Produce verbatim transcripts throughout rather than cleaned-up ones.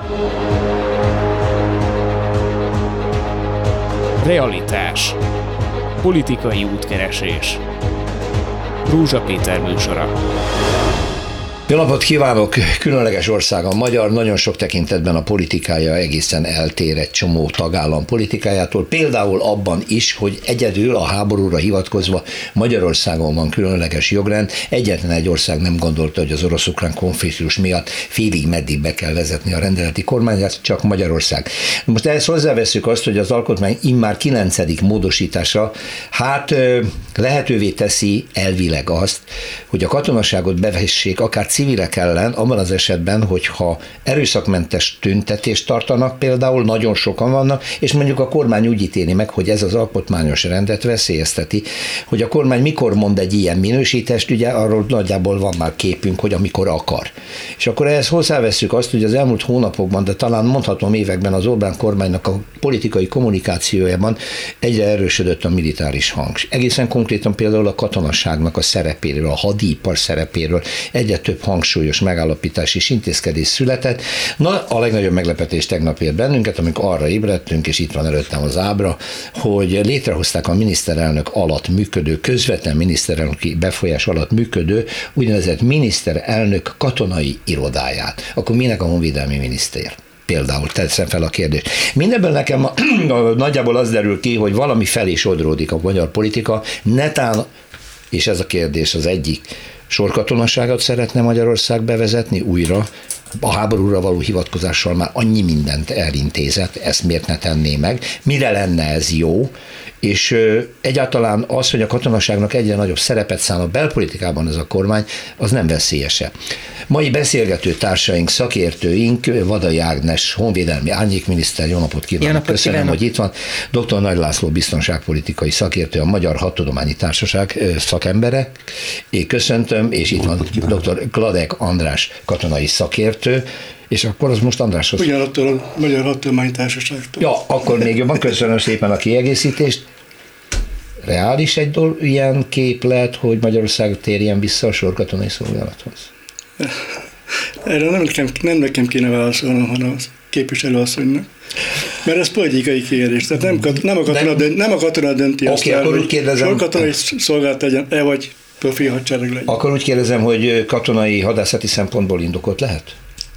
Realitás. Politikai útkeresés. Rózsa Péter műsora. Jó napot kívánok! Különleges ország a magyar, nagyon sok tekintetben a politikája egészen eltér egy csomó tagállam politikájától. Például abban is, hogy egyedül a háborúra hivatkozva Magyarországon van különleges jogrend. Egyetlen egy ország nem gondolta, hogy az orosz-ukrán konfliktus miatt félig meddig be kell vezetni a rendeleti kormányát, csak Magyarország. Most ehhez hozzáveszünk azt, hogy az alkotmány immár kilencedik módosítása hát lehetővé teszi elvileg azt, hogy a katonaságot bevessék akár civilek ellen, abban az esetben, hogyha erőszakmentes tüntetést tartanak, például nagyon sokan vannak, és mondjuk a kormány úgy ítéli meg, hogy ez az alkotmányos rendet veszélyezteti, hogy a kormány mikor mond egy ilyen minősítést, ugye arról nagyjából van már képünk, hogy amikor akar. És akkor ehhez hozzáveszünk azt, hogy az elmúlt hónapokban, de talán mondhatom években az Orbán kormánynak a politikai kommunikációjában egyre erősödött a militáris hang. Egészen konkrétan például a katonasságnak a szerepéről, a hadipar szerepéről egyre több hangsúlyos megállapítás és intézkedés született. Na, a legnagyobb meglepetés tegnap ért bennünket, amikor arra ébredtünk, és itt van előttem az ábra, hogy létrehozták a miniszterelnök alatt működő, közvetlen miniszterelnöki befolyás alatt működő úgynevezett miniszterelnök katonai irodáját. Akkor minek a honvédelmi miniszter? Például teszem fel a kérdést. Mindebből nekem a, a, nagyjából az derül ki, hogy valami felé sodródik a magyar politika, netán, és ez a kérdés az egyik, sorkatonaságot szeretne Magyarország bevezetni újra, a háborúra való hivatkozással már annyi mindent elintézett, ezt miért ne tenné meg, mire lenne ez jó, és egyáltalán az, hogy a katonaságnak egyre nagyobb szerepet szán a belpolitikában ez a kormány, az nem veszélyese. Mai beszélgető társaink, szakértőink, Vadai Ágnes, honvédelmi árnyékminiszter, jó napot kívánok, napot köszönöm, kívánok. Hogy itt van, dr. Nagy László biztonságpolitikai szakértő, a Magyar Hadtudományi Társaság szakembere, én köszöntöm, és itt van dr. Gladek András, katonai szakértő, és akkor az most Andráshoz. Ugyanattól a Magyar Hadtudományi Társaságtól. Ja, akkor még jobban köszönöm szépen a kiegészítést. Reális egy dolog, ilyen képlet, hogy Magyarország térjen vissza a sorkatonai szolgálathoz? Erre nem nekem, nem nekem kéne válaszolnom, hanem a képviselőasszonynak. Mert ez politikai kérdés. Tehát nem, nem, a, katona, De... nem a katona dönti okay, azt el, hogy kérdezem... sorkatonai szolgálat legyen, e vagy profi hadsereg legyen. Akkor úgy kérdezem, hogy katonai hadászati szempontból indokolt lehet?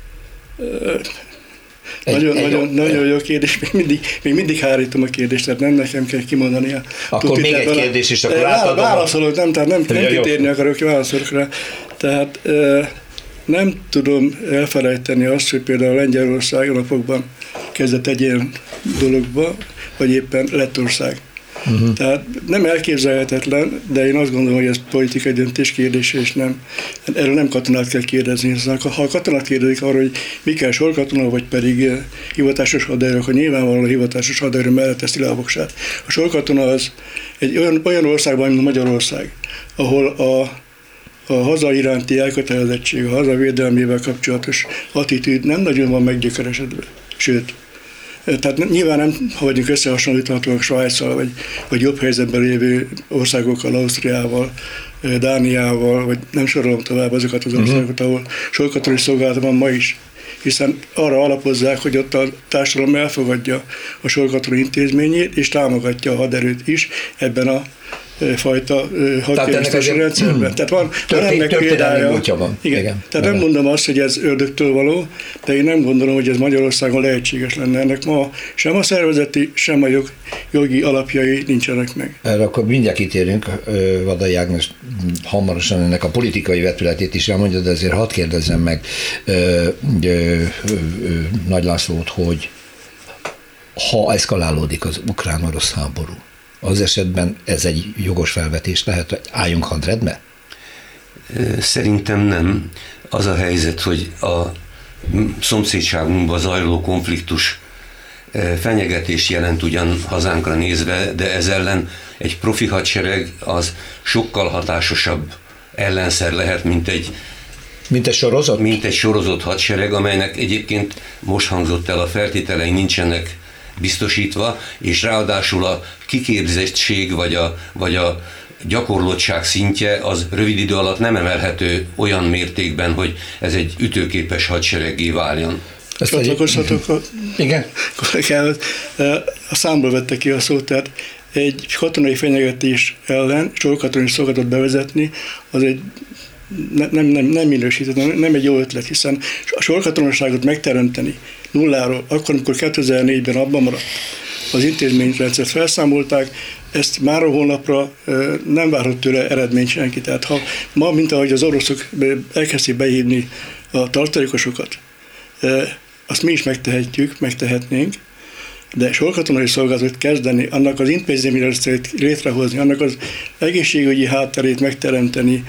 Egy, nagyon, egy, nagyon, egy, nagyon jó kérdés, még mindig, még mindig hárítom a kérdést, tehát nem nekem kell kimondani. Akkor még egy kérdés, és akkor átadom. Válaszolok, nem, tehát nem, nem kitérni akarok, válaszolok rá. Tehát nem tudom elfelejteni azt, hogy például Lengyelország a napokban kezdett egy ilyen dologba, vagy éppen Lettország. Uh-huh. Tehát nem elképzelhetetlen, de én azt gondolom, hogy ez politikai döntés kérdése, és nem, erről nem katonát kell kérdezni. Ha a katonát kérdezik arról, hogy mi kell sorkatona, vagy pedig hivatásos haderő, akkor nyilvánvalóan a hivatásos haderő mellett teszi le a voksát. A sorkatona az egy olyan, olyan országban, mint Magyarország, ahol a, a haza iránti elkötelezettség, a haza védelmével kapcsolatos attitűd nem nagyon van meggyökeresedve. Sőt, tehát nyilván nem vagyunk összehasonlíthatóak Svájccal, vagy, vagy jobb helyzetben lévő országokkal, Ausztriával, Dániával, vagy nem sorolom tovább azokat az országokat, ahol sorkatonai szolgálat van ma is. Hiszen arra alapozzák, hogy ott a társadalom elfogadja a sorkatonai intézményét, és támogatja a haderőt is ebben a fajta hadképzési rendszerben. Tehát van, van ennek példája. Van. Igen. Igen. Tehát nem mondom azt, hogy ez ördögtől való, de én nem gondolom, hogy ez Magyarországon lehetséges lenne. Ennek ma sem a szervezeti, sem a jog, jogi alapjai nincsenek meg. Erre akkor mindjárt kitérünk, Vadai Ágnes hamarosan ennek a politikai vetületét is elmondja, de azért hadd kérdezzem meg ö, ö, ö, ö, Nagy Lászlót, hogy ha eszkalálódik az ukrán-orosz háború, az esetben ez egy jogos felvetés lehet, hogy álljunk hadrendbe? Szerintem nem. Az a helyzet, hogy a szomszédságunkban zajló konfliktus fenyegetést jelent ugyan hazánkra nézve, de ez ellen egy profi hadsereg az sokkal hatásosabb ellenszer lehet, mint egy Mint egy sorozat? Mint egy sorozott hadsereg, amelynek egyébként most hangzott el, a feltételei nincsenek biztosítva, és ráadásul a kiképzettség vagy a, vagy a gyakorlottság szintje az rövid idő alatt nem emelhető olyan mértékben, hogy ez egy ütőképes hadsereggé váljon. csatlakozhatok a, igen. a számból vette ki a szót, tehát egy katonai fenyegetés ellen sorkatonai szolgálatot bevezetni, az egy nem, nem, nem, nem minősített, nem egy jó ötlet, hiszen a sorkatonaságot megteremteni nulláról, akkor, amikor kétezer-négyben abban maradt, az intézményrendszert felszámolták, ezt mára hónapra nem várhat tőle eredményt senki. Tehát ha ma, mint ahogy az oroszok elkezdték behívni a tartalékosokat, azt mi is megtehetjük, megtehetnénk, de sorkatonai szolgálatot kezdeni, annak az intézményrendszerét létrehozni, annak az egészségügyi hátterét megteremteni,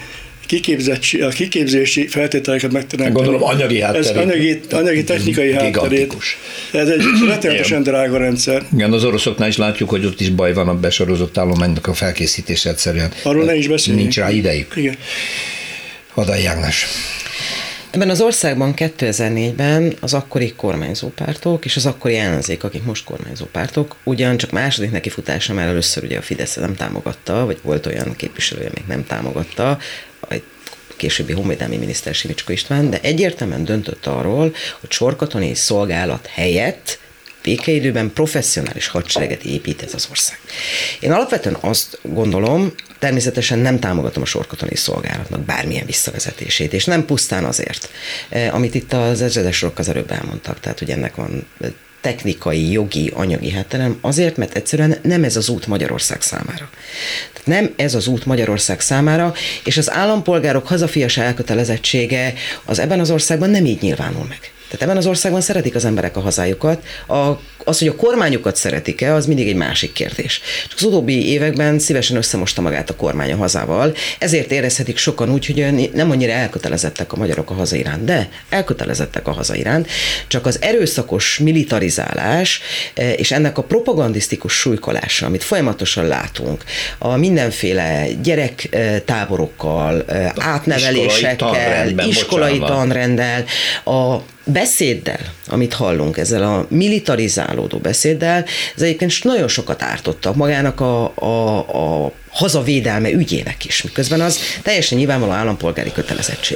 a kiképzési feltételeket megteremteni. Gondolom anyagi hátterét. Ez anyagi, anyagi technikai hátterét. Ez egy rettenetesen drága rendszer. Igen, az oroszoknál is látjuk, hogy ott is baj van a besorozott állománynak a felkészítése egyszerűen. Arról ne is beszélni. Nincs rá idejük. Igen. Hadai Ágnes. Ebben az országban kétezer-négyben az akkori kormányzó pártok és az akkori ellenzék, akik most kormányzó pártok, ugyancsak második nekifutása már először ugye a Fidesz nem támogatta, vagy volt olyan képviselő, amelyik nem támogatta, a későbbi honvédelmi miniszter Simicska István, de egyértelműen döntött arról, hogy sorkatonai szolgálat helyett békeidőben professzionális hadsereget épít ez az ország. Én alapvetően azt gondolom, természetesen nem támogatom a sorkatonai szolgálatnak bármilyen visszavezetését, és nem pusztán azért, amit itt az ezredessorok az előbb elmondtak, tehát hogy ennek van technikai, jogi, anyagi hátterem, azért, mert egyszerűen nem ez az út Magyarország számára. Tehát nem ez az út Magyarország számára, és az állampolgárok hazafias elkötelezettsége az ebben az országban nem így nyilvánul meg. Tehát ebben az országban szeretik az emberek a hazájukat, a, az, hogy a kormányukat szeretik-e, az mindig egy másik kérdés. Csak az utóbbi években szívesen összemosta magát a kormány a hazával, ezért érezhetik sokan úgy, hogy nem annyira elkötelezettek a magyarok a haza iránt, de elkötelezettek a haza iránt, csak az erőszakos militarizálás és ennek a propagandisztikus súlykolása, amit folyamatosan látunk, a mindenféle gyerektáborokkal, átnevelésekkel, iskolai, iskolai tanrenddel, a beszéddel, amit hallunk, ezzel a militarizálódó beszéddel, ez egyébként nagyon sokat ártottak magának a, a, a hazavédelme ügyének is, miközben az teljesen nyilvánvaló állampolgári kötelezettség.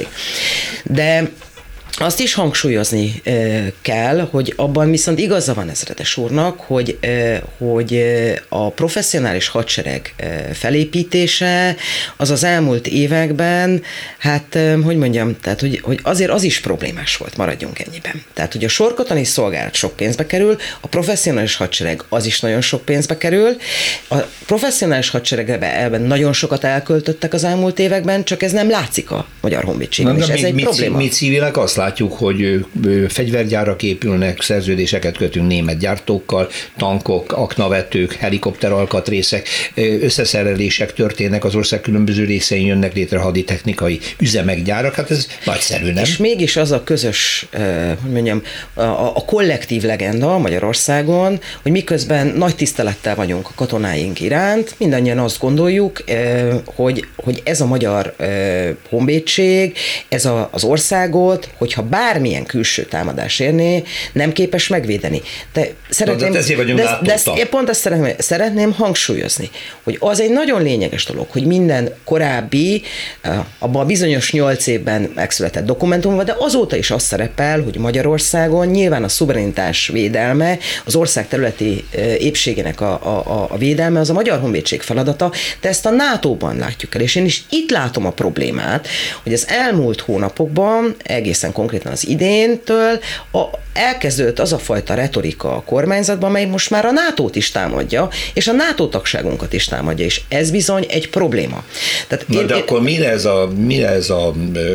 De azt is hangsúlyozni kell, hogy abban viszont igaza van ezredes úrnak, hogy, hogy a professzionális hadsereg felépítése az az elmúlt években, hát hogy mondjam, tehát hogy, hogy azért az is problémás volt, maradjunk ennyiben. Tehát, hogy a sorkatonai szolgálat sok pénzbe kerül, a professzionális hadsereg az is nagyon sok pénzbe kerül, a professzionális hadseregben nagyon sokat elköltöttek az elmúlt években, csak ez nem látszik a Magyar Honvédségben, és ez egy mi, probléma. Mi civilek azt látjuk, hogy fegyvergyárak épülnek, szerződéseket kötünk német gyártókkal, tankok, aknavetők, helikopteralkatrészek, összeszerelések történnek az ország különböző részein, jönnek létre haditechnikai üzemek, gyárak, hát ez nagyszerű, nem? És mégis az a közös, hogy mondjam, a, a kollektív legenda Magyarországon, hogy miközben nagy tisztelettel vagyunk a katonáink iránt, mindannyian azt gondoljuk, hogy, hogy ez a magyar honvédség, ez a, az országot, hogyha bármilyen külső támadás érné, nem képes megvédeni. De szeretném, de, de, de, de ezt, pont ezt szeretném, szeretném hangsúlyozni, hogy az egy nagyon lényeges dolog, hogy minden korábbi, abban a bizonyos nyolc évben megszületett dokumentumban, de azóta is az szerepel, hogy Magyarországon nyilván a szuverenitás védelme, az ország területi épségének a, a, a védelme, az a Magyar Honvédség feladata, de ezt a nátóban látjuk el, és én is itt látom a problémát, hogy az elmúlt hónapokban, egészen konkrétan az idéntől a, elkezdődött az a fajta retorika a kormányzatban, amely most már a nátót is támadja, és a NATO tagságunkat is támadja, és ez bizony egy probléma. Tehát Na, én, de én, akkor mire ez, a, mire ez a,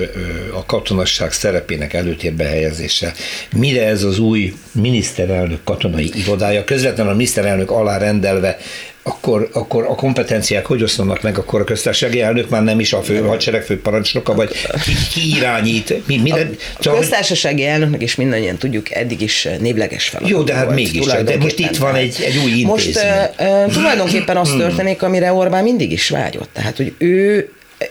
a katonasság szerepének előtérbe helyezése? Mire ez az új miniszterelnök katonai irodája, közvetlenül a miniszterelnök alá rendelve, akkor, akkor a kompetenciák hogy oszlanak meg, akkor a köztársasági elnök már nem is a fő hadsereg főparancsnoka, vagy ki, ki irányít? Mi, minden, a köztársasági elnöknek is mindannyian tudjuk, eddig is névleges feladat. Jó, de hát mégis, de most itt van egy, egy új intézmény. Most uh, uh, tulajdonképpen az történik, amire Orbán mindig is vágyott. Tehát, hogy ő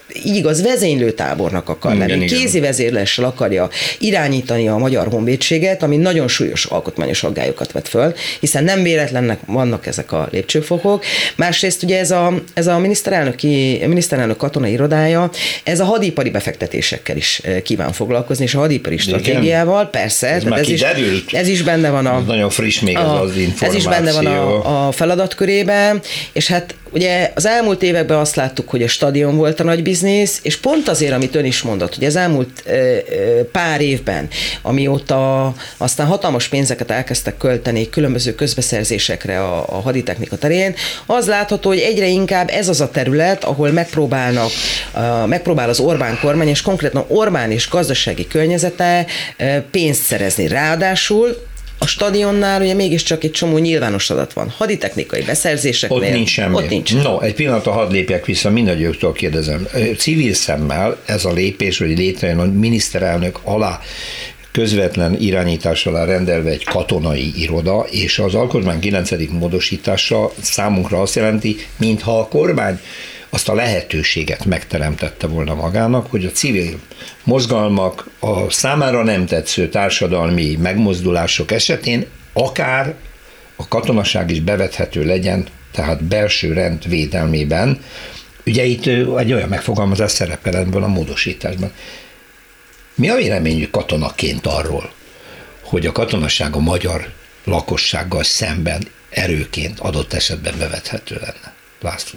így igaz, vezénylőtábornak akar igen, lenni, igen. kézi vezérlessel akarja irányítani a magyar honvédséget, ami nagyon súlyos alkotmányos aggályokat vet föl, hiszen nem véletlennek vannak ezek a lépcsőfokok. Másrészt ugye ez a, ez a miniszterelnöki, miniszterelnök katonai irodája, ez a hadipari befektetésekkel is kíván foglalkozni, és a hadipari stratégiával, persze, ez, ez, is, ez is benne van a... Ez nagyon friss még a, az az információ. Ez is benne van a, a feladatkörében, és hát ugye az elmúlt években azt láttuk, hogy a stadion volt a nagy biznisz, és pont azért, amit ön is mondott, hogy az elmúlt pár évben, amióta aztán hatalmas pénzeket elkezdtek költeni különböző közbeszerzésekre a, a haditechnika terén, az látható, hogy egyre inkább ez az a terület, ahol megpróbálnak, megpróbál az Orbán kormány, és konkrétan Orbán és gazdasági környezete pénzt szerezni. Ráadásul a stadionnál ugye mégiscsak egy csomó nyilvános adat van. Haditechnikai beszerzéseknél. Ott nincs semmi. Ott nincs. No, egy pillanatra hadd lépjek vissza, mindannyiuktól kérdezem. Civil szemmel ez a lépés, hogy létrejön a miniszterelnök alá közvetlen irányítás alá rendelve egy katonai iroda, és az alkotmány kilencedik módosítása számunkra azt jelenti, mintha a kormány azt a lehetőséget megteremtette volna magának, hogy a civil mozgalmak, a számára nem tetsző társadalmi megmozdulások esetén akár a katonaság is bevethető legyen, tehát belső rend védelmében. Ugye itt egy olyan megfogalmazás szerepel ebben a módosításban. Mi a véleményük katonaként arról, hogy a katonaság a magyar lakossággal szemben erőként adott esetben bevethető lenne? László.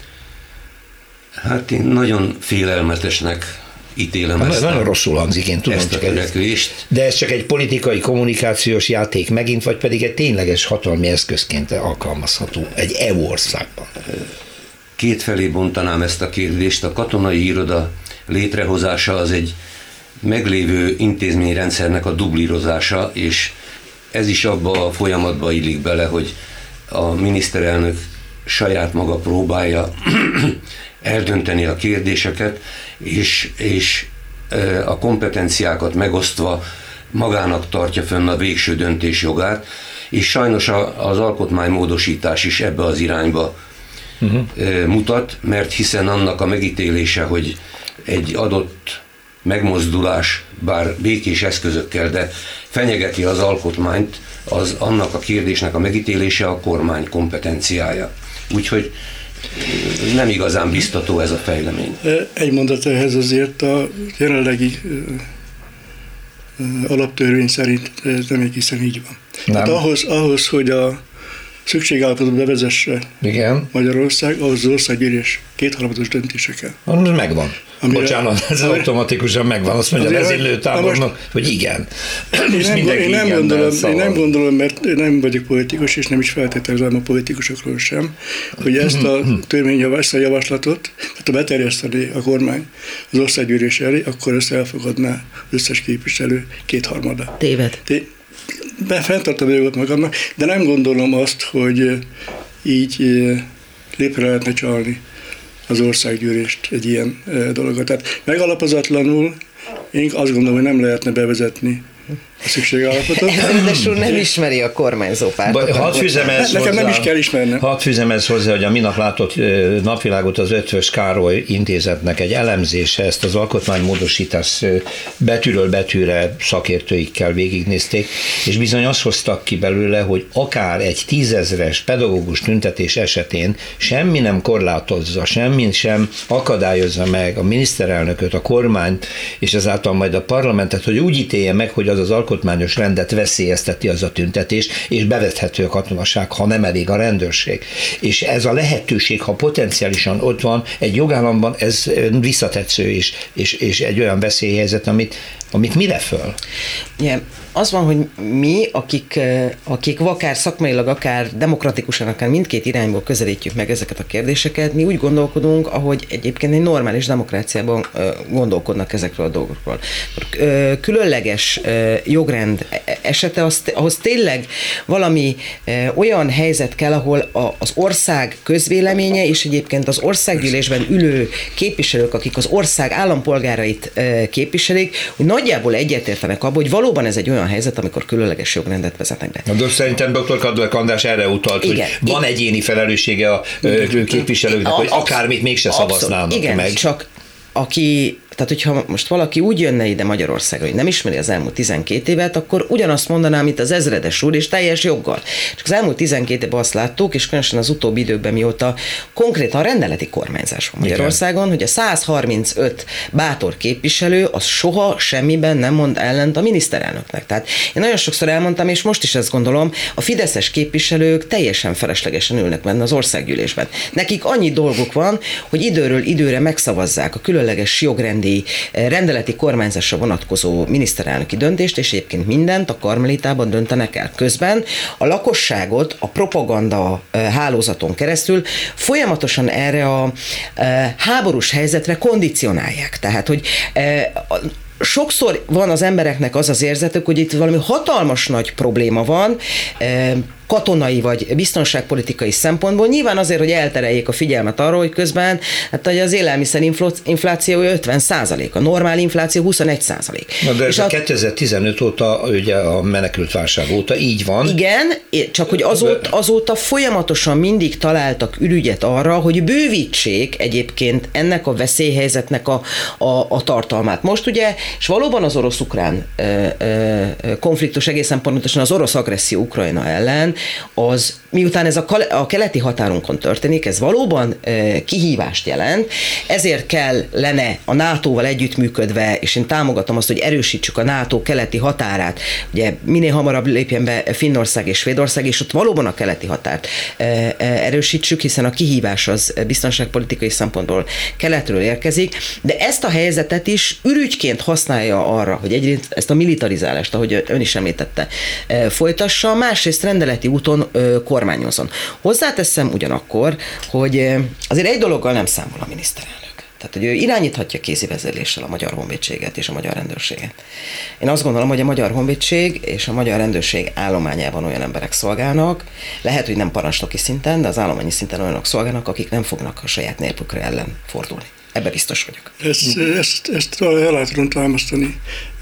Hát én nagyon félelmetesnek ítélem Na, ezt. Nagyon a, rosszul hangzik, én tudom, ezt a törekvést. De ez csak egy politikai kommunikációs játék megint, vagy pedig egy tényleges hatalmi eszközként alkalmazható egy é u országban? Kétfelé bontanám ezt a kérdést. A katonai iroda létrehozása az egy meglévő intézményrendszernek a dublírozása, és ez is abba a folyamatba illik bele, hogy a miniszterelnök saját maga próbálja eldönteni a kérdéseket, és, és a kompetenciákat megosztva magának tartja fönn a végső döntés jogát, és sajnos az alkotmánymódosítás is ebbe az irányba uh-huh. mutat, mert hiszen annak a megítélése, hogy egy adott megmozdulás, bár békés eszközökkel, de fenyegeti az alkotmányt, az annak a kérdésnek a megítélése a kormány kompetenciája. Úgyhogy nem igazán biztató ez a fejlemény. Egy mondat ehhez azért a jelenlegi alaptörvény szerint ez nem egészen így van. Nem. Tehát ahhoz, ahhoz, hogy a szükségállapotot bevezesse Igen. Magyarország, ahhoz az országgyűlés kétharmados döntése kell. Az megvan. Amire, Bocsánat, ez amire, automatikusan megvan. Azt mondja az vezénylőtábornok, hogy igen. Én nem, én, nem gondolom, én nem gondolom, mert én nem vagyok politikus, és nem is feltételezem a politikusokról sem, hogy ezt a törvényjavaslatot, a javaslatot, tehát ha beterjeszteni a kormány az országgyűlés elé, akkor ezt elfogadná az összes képviselő kétharmada. Téved. Té- Fenntartom a jogot magamnak, de nem gondolom azt, hogy így lépre lehetne csalni az országgyűlést egy ilyen dologot. Tehát megalapozatlanul én azt gondolom, hogy nem lehetne bevezetni a szükségállapotot. Ráadásul nem ismeri a kormányzó pártot. Hadd fűzem ez Nekem hozzá, nem is kell ismernem. Hadd fűzem ez hozzá, hogy a minap látott napvilágot az Ötvös Károly intézetnek egy elemzése, ezt az alkotmánymódosítás betűről betűre szakértőikkel végignézték, és bizony azt hoztak ki belőle, hogy akár egy tízezres pedagógus tüntetés esetén semmi nem korlátozza, semmi sem akadályozza meg a miniszterelnököt, a kormányt, és ezáltal majd a parlamentet, hogy úgy ítélje meg, hogy az az alkotmányos rendet veszélyezteti az a tüntetés, és bevethető a katonaság, ha nem elég a rendőrség. És ez a lehetőség, ha potenciálisan ott van, egy jogállamban ez visszatetsző is, és, és egy olyan veszélyhelyzet, amit, amit mire föl? Yeah. Az van, hogy mi, akik, akik akár szakmailag, akár demokratikusan, akár mindkét irányból közelítjük meg ezeket a kérdéseket, mi úgy gondolkodunk, ahogy egyébként egy normális demokráciában gondolkodnak ezekről a dolgokról. Különleges jogrend esete, az, ahhoz tényleg valami olyan helyzet kell, ahol az ország közvéleménye és egyébként az országgyűlésben ülő képviselők, akik az ország állampolgárait képviselik, hogy nagyjából egyetértenek abban, hogy valóban ez egy olyan helyzet, amikor különleges jogrendet vezetnek be. De szerintem doktor Kadlek András erre utalt, igen, hogy van egyéni felelőssége a képviselőknek, hogy akármit mégse szavaznának igen, meg. Csak aki, tehát hogyha most valaki úgy jönne ide Magyarországra, hogy nem ismeri az elmúlt tizenkét évet, akkor ugyanazt mondanám, mint az ezredes úr, és teljes joggal. Csak az elmúlt tizenkét évben azt láttuk, és különösen az utóbbi időkben, mióta konkrétan rendeleti kormányzás van Magyarországon, hogy a száz harmincöt bátor képviselő az soha semmiben nem mond ellent a miniszterelnöknek. Tehát én nagyon sokszor elmondtam, és most is ezt gondolom, a fideszes képviselők teljesen feleslegesen ülnek benne az országgyűlésben. Nekik annyi dolguk van, hogy időről időre megszavazzák a különleges jogrendi rendeleti kormányzásra vonatkozó miniszterelnöki döntést, és egyébként mindent a Karmelitában döntenek el. Közben a lakosságot a propaganda hálózaton keresztül folyamatosan erre a háborús helyzetre kondicionálják. Tehát, hogy sokszor van az embereknek az az érzetük, hogy itt valami hatalmas nagy probléma van, katonai vagy biztonságpolitikai szempontból, nyilván azért, hogy eltereljék a figyelmet arról, hogy közben hát, hogy az élelmiszer infláció ötven százalék, a normál infláció huszonegy százalék. Na de ez és a a kétezer-tizenöt óta, ugye a menekültválság óta így van. Igen, csak hogy azóta, azóta folyamatosan mindig találtak ürügyet arra, hogy bővítsék egyébként ennek a veszélyhelyzetnek a, a, a tartalmát. Most ugye, és valóban az orosz-ukrán ö, ö, konfliktus, egészen pontosan az orosz agresszió Ukrajna ellen, az miután ez a, a keleti határunkon történik, ez valóban e, kihívást jelent, ezért kellene a nátóval együttműködve, és én támogatom azt, hogy erősítsük a NATO keleti határát, ugye minél hamarabb lépjen be Finnország és Svédország, és ott valóban a keleti határt e, e, erősítsük, hiszen a kihívás az biztonságpolitikai szempontból keletről érkezik, de ezt a helyzetet is ürügyként használja arra, hogy egyrészt ezt a militarizálást, ahogy ön is említette, e, folytassa, másrészt rendeleti úton e, kormányozon. Hozzáteszem ugyanakkor, hogy azért egy dologgal nem számol a miniszterelnök. Tehát, hogy ő irányíthatja kézi vezérléssel a Magyar Honvédséget és a Magyar Rendőrséget. Én azt gondolom, hogy a Magyar Honvédség és a Magyar Rendőrség állományában olyan emberek szolgálnak, lehet, hogy nem parancsnoki szinten, de az állományi szinten olyanok szolgálnak, akik nem fognak a saját népükre ellen fordulni. Ebben biztos vagyok. Ezt, ezt, ezt el tudom támasztani.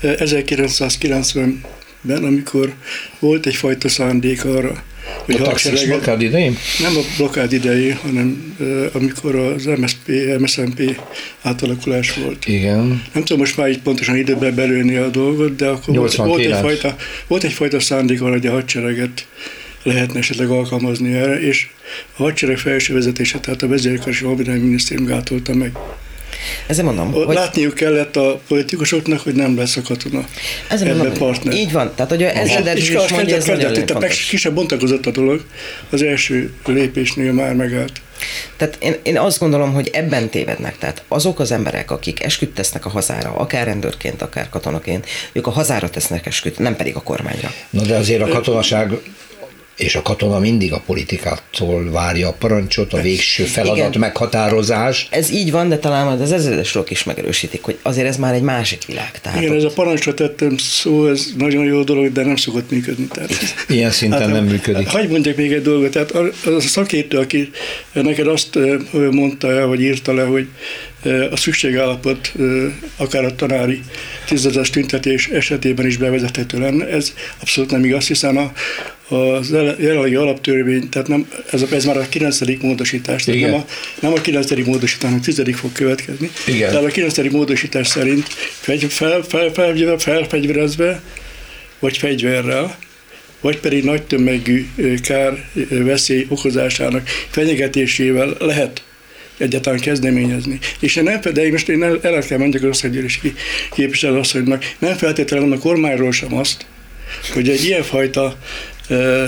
ezerkilencszázkilencvenben, amikor volt egyfajta szándék arra, hogy a taxis blokkád idején? Nem a blokkád idején, hanem uh, amikor az em es zé pé, em es zé em pé átalakulás volt. Igen. Nem tudom most már így pontosan időben belőni a dolgot, de akkor volt, volt, egyfajta, volt egyfajta szándék arra, hogy a hadsereget lehetne esetleg alkalmazni erre, és a hadsereg felső vezetése, tehát a vezérkari honvédelmi minisztérium gátolta meg. Ezzel mondom, hogy... Látniuk kellett a politikusoknak, hogy nem lesz a katona ebben mondom, partner. Így van, tehát hogy ezzel is mondja, ez nagyon fontos. Kisebb bontakozott a dolog, az első lépésnél már megállt. Tehát én, én azt gondolom, hogy ebben tévednek. Tehát azok az emberek, akik esküt tesznek a hazára, akár rendőrként, akár katonaként, ők a hazára tesznek esküt, nem pedig a kormányra. Na de azért a katonaság és a katona mindig a politikától várja a parancsot, a végső feladat igen, meghatározás. Ez így van, de talán az ezredesről is megerősítik, hogy azért ez már egy másik világ. Tehát igen, ott... ez a parancsra tettem szó, ez nagyon jó dolog, de nem szokott működni. Tehát, ilyen szinten hát, nem működik. Hagyj mondjak még egy dolgot, tehát az a szakértő, aki neked azt mondta el, vagy írta le, hogy a szükségállapot akár a tanári tízezres tüntetés esetében is bevezethető lenne, ez abszolút nem igaz, hiszen a az jelenlegi alaptörvény, tehát nem, ez, a, ez már a kilencedik módosítás, tehát nem a, nem a kilencedik módosítás, hanem a tizedik fog következni. Igen. Tehát a kilencedik módosítás szerint fegy, fel, fel, fel, felfegyverezve, vagy fegyverrel, vagy pedig nagy tömegű kár veszély okozásának fenyegetésével lehet egyáltalán kezdeményezni. És én nem, de én most én el, el kell mondjak az országgyűlési képviselőasszonynak, nem feltétlenül a kormányról sem azt, hogy egy ilyenfajta uh,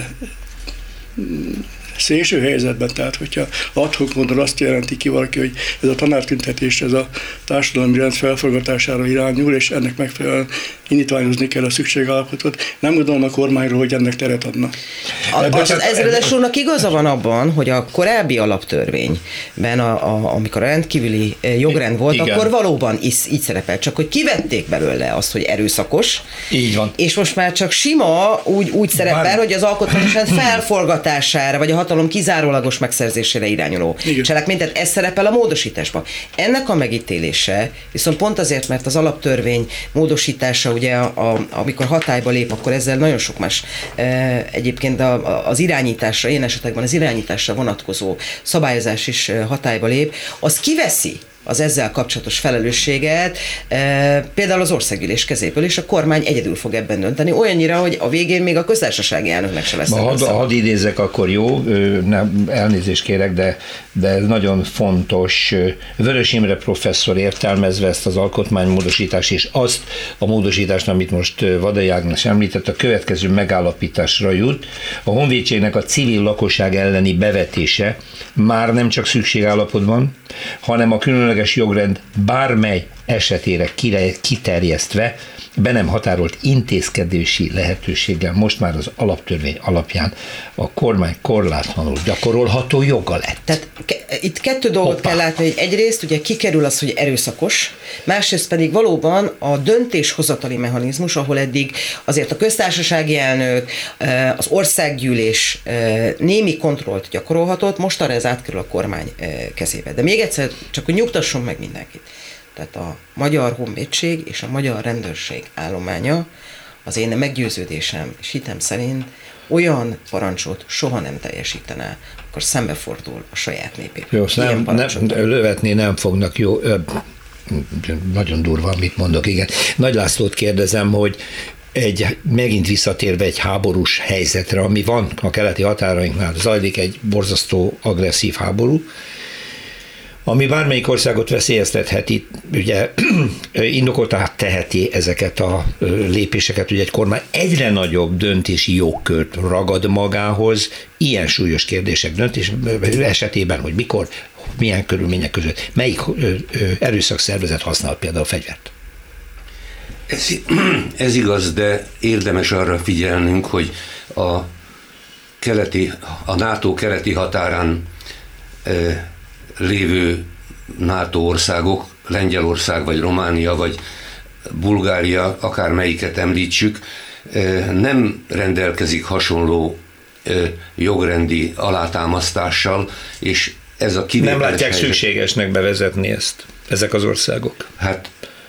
szélső helyzetben, tehát hogyha ad-hoc módon azt jelenti ki valaki, hogy ez a tanártüntetés, ez a társadalmi rend felforgatására irányul, és ennek megfelelően indítványozni kell a szükségállapotot. Nem gondolom a kormányról, hogy ennek teret adna. A, az ezredes úrnak igaza van abban, hogy a korábbi alaptörvényben, a, a, amikor a rendkívüli jogrend volt, igen, akkor valóban is, így szerepel, csak hogy kivették belőle azt, hogy erőszakos. Így van. És most már csak sima úgy, úgy szerepel, Bár... hogy az alkotmányos rend felforgatására, vagy a hatalom kizárólagos megszerzésére irányuló cselekmény, tehát ez szerepel a módosításban. Ennek a megítélése viszont pont azért, mert az alaptörvény módosítása, ugye a, a, amikor hatályba lép, akkor ezzel nagyon sok más e, egyébként a, a, az irányításra, ilyen esetekben az irányításra vonatkozó szabályozás is hatályba lép, az kiveszi az ezzel kapcsolatos felelősséget például az országgyűlés kezéből, és a kormány egyedül fog ebben dönteni, olyannyira, hogy a végén még a köztársasági elnöknek se lesz. Ha hadd idézek, akkor jó, nem, elnézést kérek, de, de nagyon fontos. Vörös Imre professzor értelmezve ezt az alkotmánymódosítást, és azt a módosítást, amit most Vadai Ágnes említett, a következő megállapításra jut. A honvédségnek a civil lakosság elleni bevetése már nem csak szükségállapotban, hanem a különleges jogrend bármely esetére kiterjesztve be nem határolt intézkedési lehetőséggel most már az alaptörvény alapján a kormány korlátlanul gyakorolható joga lett. Tehát ke- itt kettő dolgot Hoppá. kell látni, hogy egyrészt ugye kikerül az, hogy erőszakos, másrészt pedig valóban a döntéshozatali mechanizmus, ahol eddig azért a köztársasági elnök, az országgyűlés némi kontrollt gyakorolhatott, most arra ez átkerül a kormány kezébe. De még egyszer, csak hogy nyugtassunk meg mindenkit. Tehát a magyar honvédség és a magyar rendőrség állománya az én meggyőződésem és hitem szerint olyan parancsot soha nem teljesítene, akkor szembefordul a saját népével. Jó, nem, nem, lövetni nem fognak, jó, ö, nagyon durva, amit mondok, igen. Nagy Lászlót kérdezem, hogy egy, megint visszatérve egy háborús helyzetre, ami van a keleti határainknál, zajlik egy borzasztó agresszív háború, ami bármelyik országot veszélyeztetheti, ugye indokoltan teheti ezeket a lépéseket, ugye egy kormány egyre nagyobb döntési jogkört ragad magához, ilyen súlyos kérdések döntés esetében, hogy mikor, milyen körülmények között, melyik erőszakszervezet használ például fegyvert. Ez, ez igaz, de érdemes arra figyelnünk, hogy a, keleti, a NATO keleti határán e, lévő NATO országok, Lengyelország, vagy Románia, vagy Bulgária, akármelyiket említsük, nem rendelkezik hasonló jogrendi alátámasztással, és ez a kivételes Nem látják helyzet... szükségesnek bevezetni ezt, ezek az országok? Hát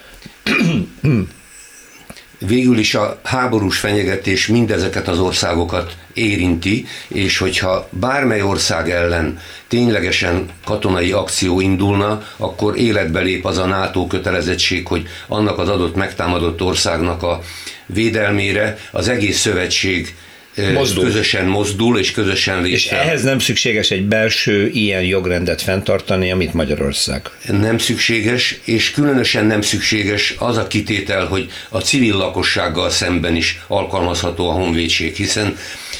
végül is a háborús fenyegetés mindezeket az országokat érinti, és hogyha bármely ország ellen ténylegesen katonai akció indulna, akkor életbe lép az a NATO kötelezettség, hogy annak az adott megtámadott országnak a védelmére az egész szövetség mozdul. közösen mozdul, és közösen lép. És ehhez nem szükséges egy belső ilyen jogrendet fenntartani, amit Magyarország. Nem szükséges, és különösen nem szükséges az a kitétel, hogy a civil lakossággal szemben is alkalmazható a honvédség, hiszen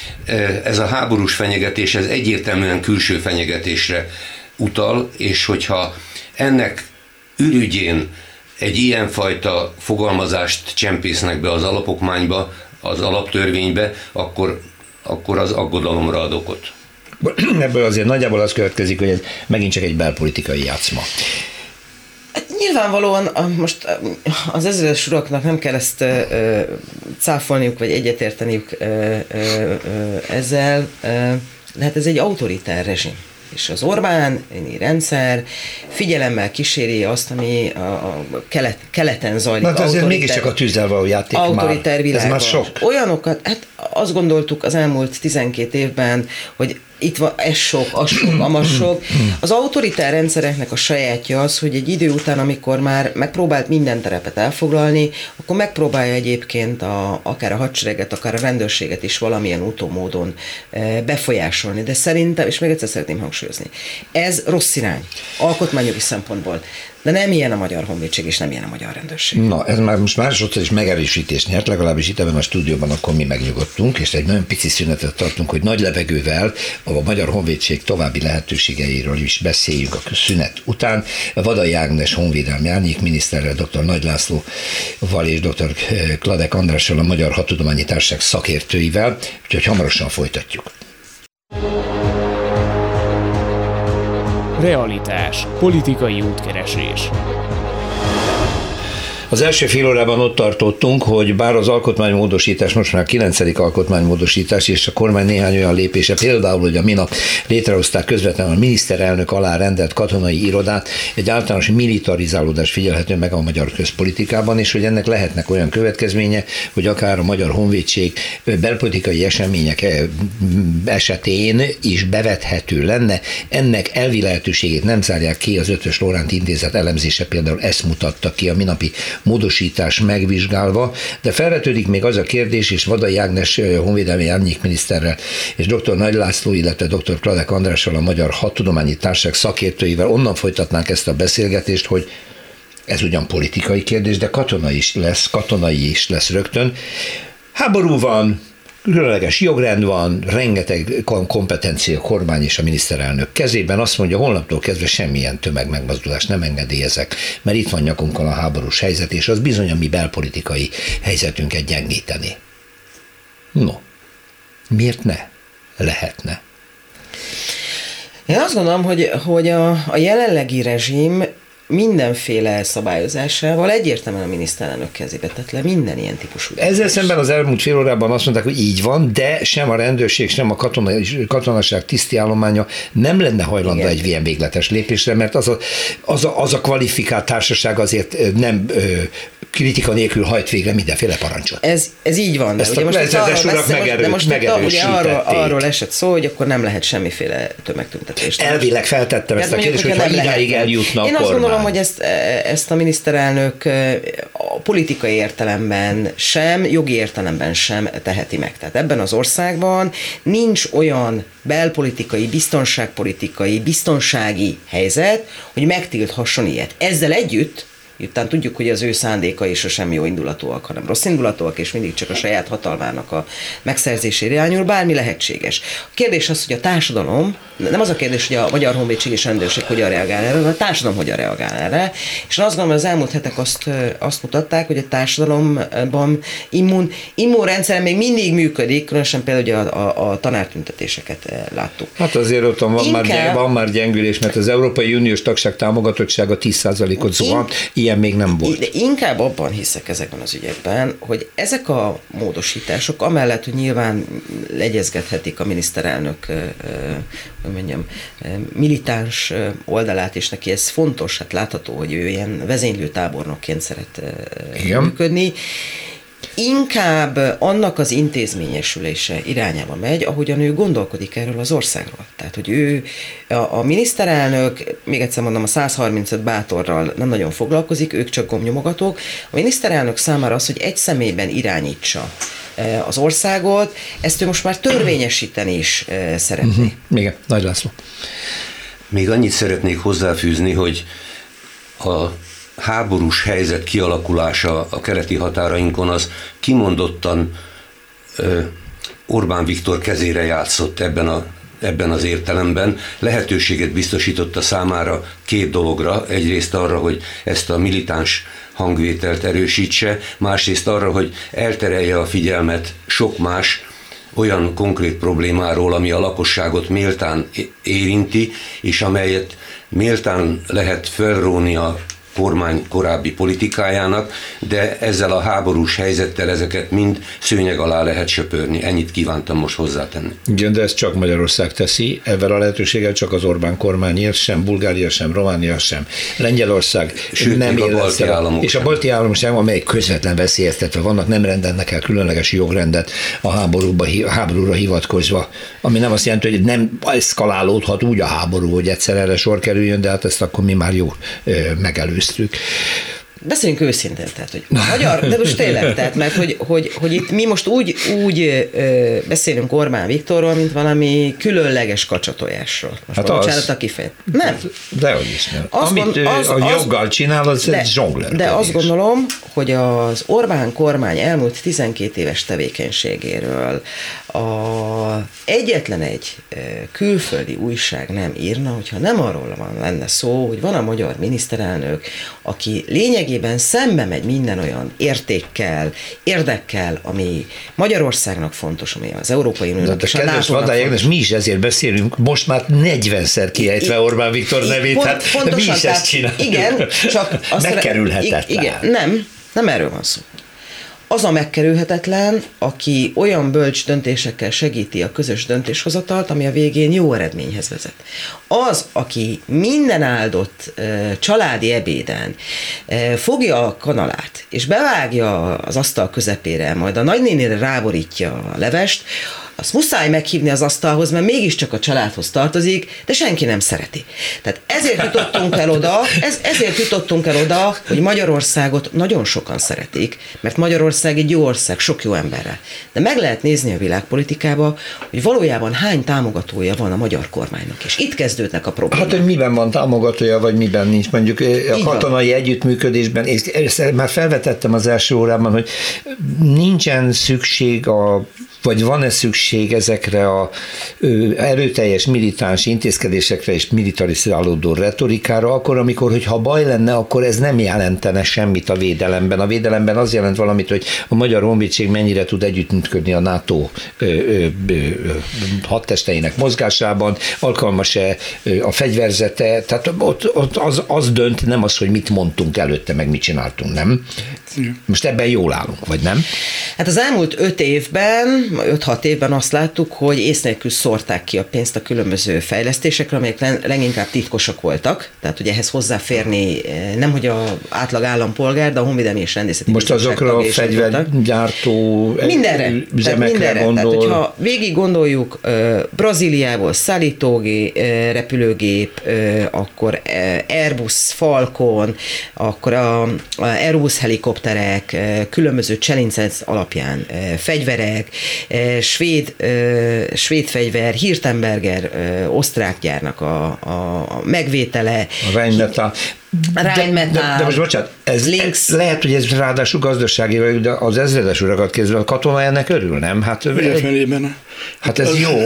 ez a háborús fenyegetés, ez egyértelműen külső fenyegetésre utal, és hogyha ennek ürügyén egy ilyenfajta fogalmazást csempésznek be az alapokmányba, az alaptörvénybe, akkor, akkor az aggodalomra ad okot. Ebből azért nagyjából az következik, hogy ez megint csak egy belpolitikai játszma. Hát nyilvánvalóan most az ezredes uraknak nem kell ezt ö, cáfolniuk, vagy egyetérteniük ö, ö, ezzel. De hát ez egy autoritár rezsim. És az Orbáni rendszer figyelemmel kíséri azt, ami a, a kelet, keleten zajlik. Na, azért mégiscsak a tűzzel való játék autoritár már. Ez már sok. Olyanokat, hát azt gondoltuk az elmúlt tizenkét évben, hogy itt van ez sok, az sok, amaz sok. Az autoritár rendszereknek a sajátja az, hogy egy idő után, amikor már megpróbált minden terepet elfoglalni, akkor megpróbálja egyébként a, akár a hadsereget, akár a rendőrséget is valamilyen úton, módon befolyásolni. De szerintem, és még egyszer szeretném hangsúlyozni, ez rossz irány, alkotmányjogi szempontból. De nem ilyen a magyar honvédség, és nem ilyen a magyar rendőrség. Na, ez már most másodszor is megerősítést nyert, legalábbis itt ebben a stúdióban akkor mi megnyugodtunk, és egy nagyon pici szünetet tartunk, hogy nagy levegővel a magyar honvédség további lehetőségeiről is beszéljünk a szünet után. Vadai Ágnes honvédelmi árnyék miniszterrel, dr. Nagy Lászlóval és dr. Kladek Andrással, a Magyar Hadtudományi Társaság szakértőivel, úgyhogy hamarosan folytatjuk. Realitás, politikai útkeresés. Az első fél órában ott tartottunk, hogy bár az alkotmánymódosítás, most már kilencedik alkotmánymódosítás, és a kormány néhány olyan lépése, például, hogy a minap létrehozták közvetlenül a miniszterelnök alá rendelt katonai irodát, egy általános militarizálódás figyelhető meg a magyar közpolitikában, és hogy ennek lehetnek olyan következménye, hogy akár a Magyar Honvédség belpolitikai események esetén is bevethető lenne. Ennek elvi lehetőségét nem zárják ki, az Ötvös Loránd Intézet elemzése például ezt mutatta ki a minapi módosítás megvizsgálva, de felvetődik még az a kérdés, és Vadai Ágnes honvédelmi árnyékminiszterrel és dr. Nagy László, illetve dr. Kladek Andrással, a Magyar Hadtudományi Társaság szakértőivel onnan folytatnánk ezt a beszélgetést, hogy ez ugyan politikai kérdés, de katonai is lesz, katonai is lesz rögtön. Háború van, különleges jogrend van, rengeteg kompetencia a kormány és a miniszterelnök kezében. Azt mondja, holnaptól kezdve semmilyen tömegmegmozdulást nem engedélyezek, mert itt van nyakunkon a háborús helyzet, és az bizony a mi belpolitikai helyzetünket gyengíteni. No, miért ne? Lehetne. Én azt gondolom, hogy, hogy a, a jelenlegi rezsim mindenféle szabályozásával egyértelműen a miniszterelnök kezébe tett le minden ilyen típusú. Ezzel szemben az elmúlt fél órában azt mondták, hogy így van, de sem a rendőrség, sem a katonai, katonaság tiszti állománya nem lenne hajlandó Igen. egy ilyen végletes lépésre, mert az a, az, a, az a kvalifikált társaság azért nem ö, kritika nélkül hajt végre mindenféle parancsot. Ez, ez így van. Ezt a prezedes urak megerősítették. Arról, arról esett szó, hogy akkor nem lehet semmiféle tömegtüntetést. Elvileg feltettem ezt a kérdést, hogy ha idáig eljutna a Én kormány. azt gondolom, hogy ezt, ezt a miniszterelnök a politikai értelemben sem, jogi értelemben sem teheti meg. Tehát ebben az országban nincs olyan belpolitikai, biztonságpolitikai, biztonsági helyzet, hogy megtilthasson ilyet. Ezzel együtt Után tudjuk, hogy az ő szándékai sosem jó indulatúak, hanem rossz indulatúak, és mindig csak a saját hatalmának a megszerzésére irányul, bármi lehetséges. A kérdés az, hogy a társadalom, nem az a kérdés, hogy a Magyar Honvédség és rendőrség hogyan reagál erre, hanem a társadalom hogyan reagál erre. És én azt gondolom, hogy az elmúlt hetek azt, azt mutatták, hogy a társadalomban immun, immunrendszer még mindig működik, különösen például a, a, a tanártüntetéseket láttuk. Hát azért ott van, Inkább, már, van már gyengülés, mert az Európai Uniós tagság támogatottsága tíz százalékot zuhant, ilyen még nem volt. De inkább abban hiszek ezekben az ügyekben, hogy ezek a módosítások, amellett, hogy nyilván legyezgethetik a miniszterelnök, hogy mondjam, militáns oldalát, és neki ez fontos, hát látható, hogy ő ilyen vezénylő tábornokként szeret Igen. működni, inkább annak az intézményesülése irányába megy, ahogyan ő gondolkodik erről az országról. Tehát, hogy ő, a, a miniszterelnök, még egyszer mondom, a száz harmincöt bátorral nem nagyon foglalkozik, ők csak gomnyomogatók. A miniszterelnök számára az, hogy egy személyben irányítsa az országot, ezt ő most már törvényesíteni is szeretné. Uh-huh. Igen, Nagy László. Még annyit szeretnék hozzáfűzni, hogy a háborús helyzet kialakulása a keleti határainkon az kimondottan ö, Orbán Viktor kezére játszott ebben, a, ebben az értelemben. Lehetőséget biztosította számára két dologra. Egyrészt arra, hogy ezt a militáns hangvételt erősítse, másrészt arra, hogy elterelje a figyelmet sok más olyan konkrét problémáról, ami a lakosságot méltán érinti, és amelyet méltán lehet felróni a kormány korábbi politikájának, de ezzel a háborús helyzettel ezeket mind szőnyeg alá lehet söpörni. Ennyit kívántam most hozzátenni. Igen, de ezt csak Magyarország teszi, ezzel a lehetőséggel csak az Orbán kormányért, sem Bulgária, sem Románia, sem Lengyelország Sőt, nem a balti államok És sem. A balti államok sem, amelyek közvetlen veszélyeztetve vannak, nem rendelnek el különleges jogrendet a háborúba, a háborúra hivatkozva, ami nem azt jelenti, hogy nem eszkalálódhat úgy a háború, hogy egyszer erre sor kerüljön, de hát ezt akkor mi már jó megelőztük. Beszéljünk őszintén, tehát, hogy magyar, de most tényleg, tehát, mert hogy, hogy, hogy itt mi most úgy, úgy ö, beszélünk Orbán Viktorról, mint valami különleges kacsatojásról. Most hát bocsánat a kifejezés. Nem. Dehogy is nem. Azt Amit gond, az, a joggal csinál, az de, egy zsongler. De azt gondolom, hogy az Orbán kormány elmúlt tizenkét éves tevékenységéről a egyetlen egy külföldi újság nem írna, hogyha nem arról van lenne szó, hogy van a magyar miniszterelnök, aki lényegében szembe megy minden olyan értékkel, érdekkel, ami Magyarországnak fontos, ami az Európai Uniónak és a nátónak fontos. Mi is ezért beszélünk, most már negyvenszer kiejtve Orbán Viktor nevét, pont, hát mi is ezt csináljuk. Igen, csak megkerülhetetlen. Igen, nem. Nem erről van szó. Az a megkerülhetetlen, aki olyan bölcs döntésekkel segíti a közös döntéshozatalt, ami a végén jó eredményhez vezet. Az, aki minden áldott e, családi ebéden e, fogja a kanalát, és bevágja az asztal közepére, majd a nagynénére ráborítja a levest, azt muszáj meghívni az asztalhoz, mert mégiscsak a családhoz tartozik, de senki nem szereti. Tehát ezért jutottunk el oda, ez, ezért jutottunk el oda, hogy Magyarországot nagyon sokan szeretik, mert Magyarország egy jó ország, sok jó emberrel. De meg lehet nézni a világpolitikába, hogy valójában hány támogatója van a magyar kormánynak, és itt kezdődnek a problémák. Hát, hogy miben van támogatója, vagy miben nincs. Mondjuk a katonai együttműködésben, és ezt már felvetettem az első órában, hogy nincsen szükség a vagy van-e szükség ezekre a ö, erőteljes militáns intézkedésekre és militarizálódó retorikára, akkor, amikor, hogyha baj lenne, akkor ez nem jelentene semmit a védelemben. A védelemben az jelent valamit, hogy a Magyar Honvédség mennyire tud együttműködni a NATO ö, ö, ö, hadtesteinek mozgásában, alkalmas-e a fegyverzete, tehát ott, ott az, az dönt, nem az, hogy mit mondtunk előtte, meg mit csináltunk, nem? Most ebben jól állunk, vagy nem? Hát az elmúlt öt évben, öt-hat évben azt láttuk, hogy ész nélkül szórták ki a pénzt a különböző fejlesztésekre, amelyek leginkább titkosak voltak, tehát hogy ehhez hozzáférni nem hogy az átlag állampolgár, de a honvédelmi és rendészeti most azokra a fegyvergyártó mindenre, üzemekre gondol. Tehát, hogyha végig gondoljuk, Brazíliából szállítógép, repülőgép, akkor Airbus Falcon, akkor a Airbus helikopterek, különböző challenge alapján fegyverek, svéd, svéd fegyver, Hirtenberger osztrák gyárnak a, a megvétele. A Rheinmetall. Rheinmetall. De, de, de most bocsánat, ez, ez lehet, hogy ez ráadásul gazdasági, de az ezredes urakat kézzel a katona ennek örül, nem? Hát, felében. Hát ez jó.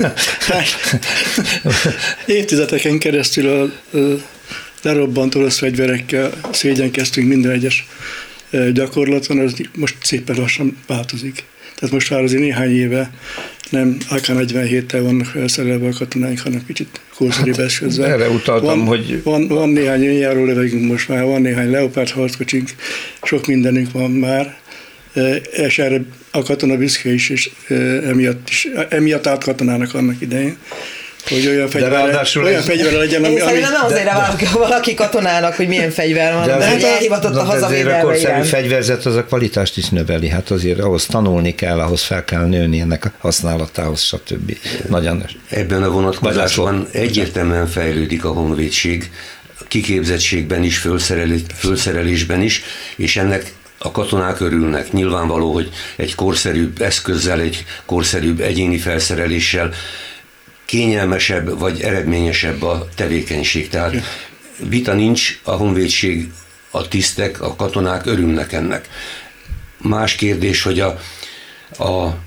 Évtizedeken keresztül a, a lerobbant orosz fegyverekkel szégyenkeztünk minden egyes gyakorlaton, az most szépen lassan változik. Tehát most már azért néhány éve nem á ká negyvenhéttel vannak felszerelve a katonáink, hanem kicsit korszerűbb eszközzel. Erre utaltam, van, hogy... Van, van néhány önjáró lövegünk most már, van néhány Leopard harckocsink, sok mindenünk van már, és erre a katona büszke is, és emiatt, is, emiatt állt katonának annak idején, hogy olyan fegyverre, olyan fegyverre legyen, ami... Én szerintem nem azért vállalkozik valaki katonának, hogy milyen fegyver van, de, de hogy elhivatott a hazavédelme. A korszerű fegyverzet az a kvalitást is növeli, hát azért ahhoz tanulni kell, ahhoz fel kell nőni ennek a használatához, stb. Nagyon. Ebben a vonatkozásban egyértelműen fejlődik a honvédség, kiképzettségben is, fölszerelésben is, és ennek a katonák örülnek. Nyilvánvaló, hogy egy korszerűbb eszközzel, egy korszerűbb egyéni felszereléssel kényelmesebb vagy eredményesebb a tevékenység. Tehát vita nincs, a honvédség, a tisztek, a katonák örülnek ennek. Más kérdés, hogy a, a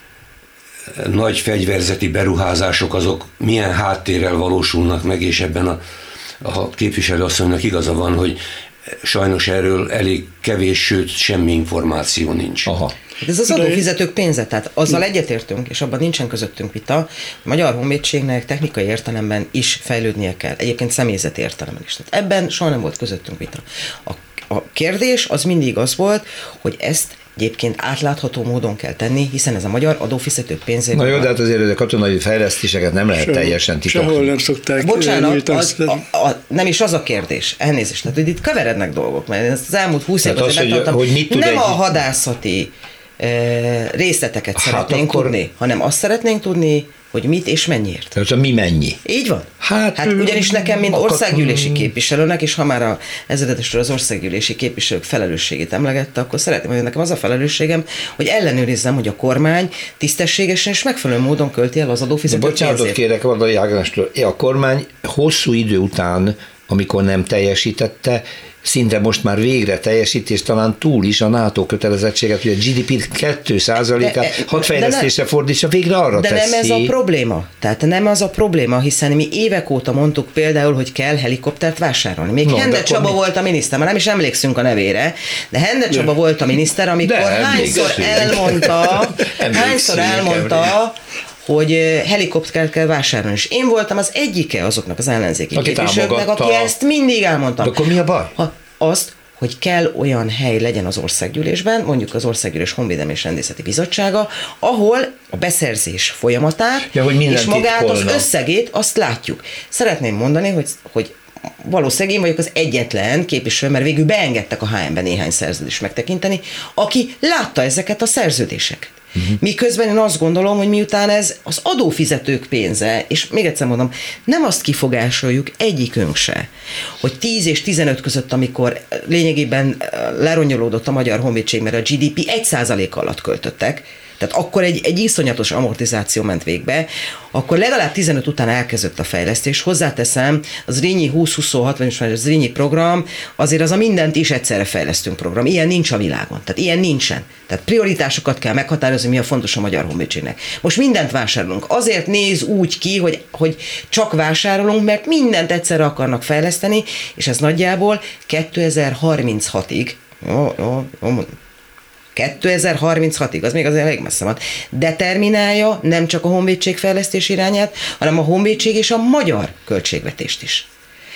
nagy fegyverzeti beruházások azok milyen háttérrel valósulnak meg, és ebben a, a képviselőasszonynak igaza van, hogy sajnos erről elég kevés, sőt semmi információ nincs. Aha. Ez az adófizetők pénze, tehát azzal egyetértünk, és abban nincsen közöttünk vita, a Magyar Honvédségnek technikai értelemben is fejlődnie kell, egyébként személyzeti értelemben is. Tehát ebben soha nem volt közöttünk vita. A, a kérdés az mindig az volt, hogy ezt egyébként átlátható módon kell tenni, hiszen ez a magyar adófizetők pénzéből. Na jó, de hát azért a katonai fejlesztéseket nem lehet sehol, teljesen titokni. Sehol nem szokták. Bocsánat, az, a, a, nem is az a kérdés, elnézést, tehát hogy itt keverednek dolgok, mert az elmúlt húsz évben az, hogy, hogy mit tud nem egy... a hadászati e, részleteket hát szeretnénk akkor... tudni, hanem azt szeretnénk tudni, hogy mit és mennyiért. Tehát mi mennyi? Így van. Hát, hát ugyanis nekem, mint országgyűlési képviselőnek, és ha már a ezredesről az országgyűlési képviselők felelősségét emlegette, akkor szeretném, hogy nekem az a felelősségem, hogy ellenőrizzem, hogy a kormány tisztességesen és megfelelő módon költi el az adófizetők pénzét. Bocsánatot kérek Vardai Ágnástól. A kormány hosszú idő után, amikor nem teljesítette, szinte most már végre teljesít, és talán túl is a NATO kötelezettséget, hogy a gé dé pé két százalékát hadfejlesztésre fordítsa, végre arra de teszi. De nem ez a probléma. Tehát nem az a probléma, hiszen mi évek óta mondtuk például, hogy kell helikoptert vásárolni. Még no, Hende Csaba mi... volt a miniszter, már nem is emlékszünk a nevére, de Hende Csaba de. volt a miniszter, amikor de, hányszor elmondta, hányszor elmondta, hogy helikoptert kell vásárolni. És én voltam az egyike azoknak az ellenzéki képviselőknek, aki ezt mindig elmondta. De akkor mi a baj? Ha azt, hogy kell olyan hely legyen az országgyűlésben, mondjuk az Országgyűlés Honvédelmi és Rendészeti Bizottsága, ahol a beszerzés folyamatát ja, és magát titkolna. Az összegét azt látjuk. Szeretném mondani, hogy, hogy valószínűleg én vagyok az egyetlen képviselő, mert végül beengedtek a há em-ben néhány szerződést megtekinteni, aki látta ezeket a szerződéseket. Uh-huh. Miközben én azt gondolom, hogy miután ez az adófizetők pénze, és még egyszer mondom, nem azt kifogásoljuk egyikünk se, hogy tíz és tizenöt között, amikor lényegében leronyolódott a Magyar Honvédség, mert a gé dé pé egy százalék alatt költöttek, tehát akkor egy, egy iszonyatos amortizáció ment végbe, akkor legalább tizenöt után elkezdett a fejlesztés. Hozzáteszem, az Zrínyi húsz huszonhat, vagy most már a Zrínyi program, azért az a mindent is egyszerre fejlesztünk program. Ilyen nincs a világon. Tehát ilyen nincsen. Tehát prioritásokat kell meghatározni, mi a fontos a Magyar Honvédségnek. Most mindent vásárolunk. Azért néz úgy ki, hogy, hogy csak vásárolunk, mert mindent egyszerre akarnak fejleszteni, és ez nagyjából kétezer-harminchatig, jó, jó, jó, kétezer-harminchatig, az még azért elég messze van, determinálja nem csak a honvédség fejlesztés irányát, hanem a honvédség és a magyar költségvetést is.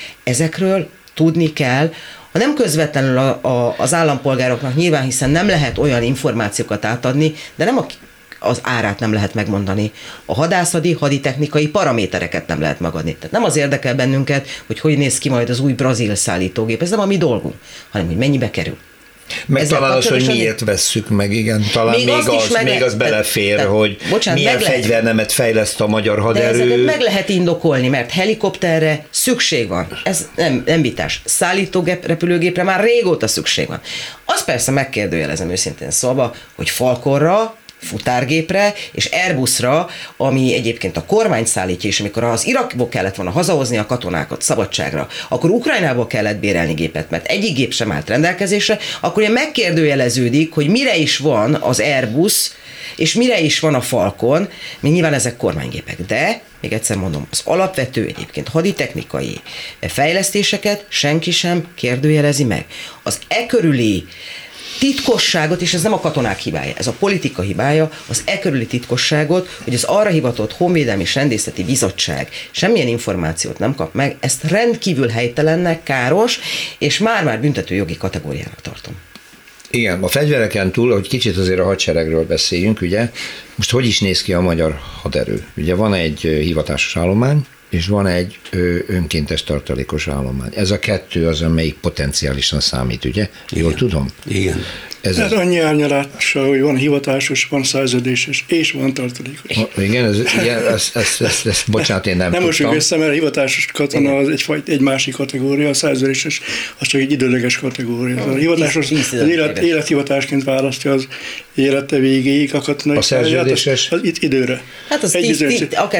Ezekről tudni kell, ha nem közvetlenül a, a, az állampolgároknak nyilván, hiszen nem lehet olyan információkat átadni, de nem a, az árát nem lehet megmondani, a hadászati, haditechnikai paramétereket nem lehet megadni. Tehát nem az érdekel bennünket, hogy hogy néz ki majd az új brazil szállítógép, ez nem a mi dolgunk, hanem hogy mennyibe kerül. Meg ezzel talán az, hogy miért vesszük meg, igen. Talán még, még, az, az, még az belefér, te, hogy bocsánat, milyen fegyvernemet fejleszt a magyar haderő. De ezeket meg lehet indokolni, mert helikopterre szükség van. Ez nem, nem vitás. Szállítógép, repülőgépre már régóta szükség van. Az persze megkérdőjelezem őszintén szólva, hogy Falconra, futárgépre és Airbusra, ami egyébként a kormány szállítja, és amikor az Irakból kellett volna hazahozni a katonákat szabadságra, akkor Ukrajnából kellett bérelni gépet, mert egyik gép sem állt rendelkezésre, akkor ugye megkérdőjeleződik, hogy mire is van az Airbus, és mire is van a Falcon, még nyilván ezek kormánygépek, de még egyszer mondom, az alapvető egyébként haditechnikai fejlesztéseket senki sem kérdőjelezi meg. Az e körüli titkosságot, és ez nem a katonák hibája, ez a politika hibája, az e körüli titkosságot, hogy az arra hivatott Honvédelmi és Rendészeti Bizottság semmilyen információt nem kap meg, ezt rendkívül helytelennek, káros, és már-már büntető jogi kategóriának tartom. Igen, a fegyvereken túl, hogy kicsit azért a hadseregről beszéljünk, ugye, most hogy is néz ki a magyar haderő? Ugye van egy hivatásos állomány, és van egy ö, önkéntes tartalékos állomány. Ez a kettő az, amelyik potenciálisan számít, ugye? Jól Igen. tudom? Igen. Ez, ez annyi árnyalása, hogy van hivatásos, van szerződéses, és van tartalékos. Ha, igen, ez, igen ez, ez, ez, ez, bocsánat, én nem, nem tudtam. Nem most össze, mert a hivatásos katona az egy, egy másik kategória, a szerződéses az csak egy időleges kategória. A hivatásos az élet, élethivatásként választja az élete végéig a katonai. A szerződéses? Az, az itt időre. Hát az tíz, tíz, akár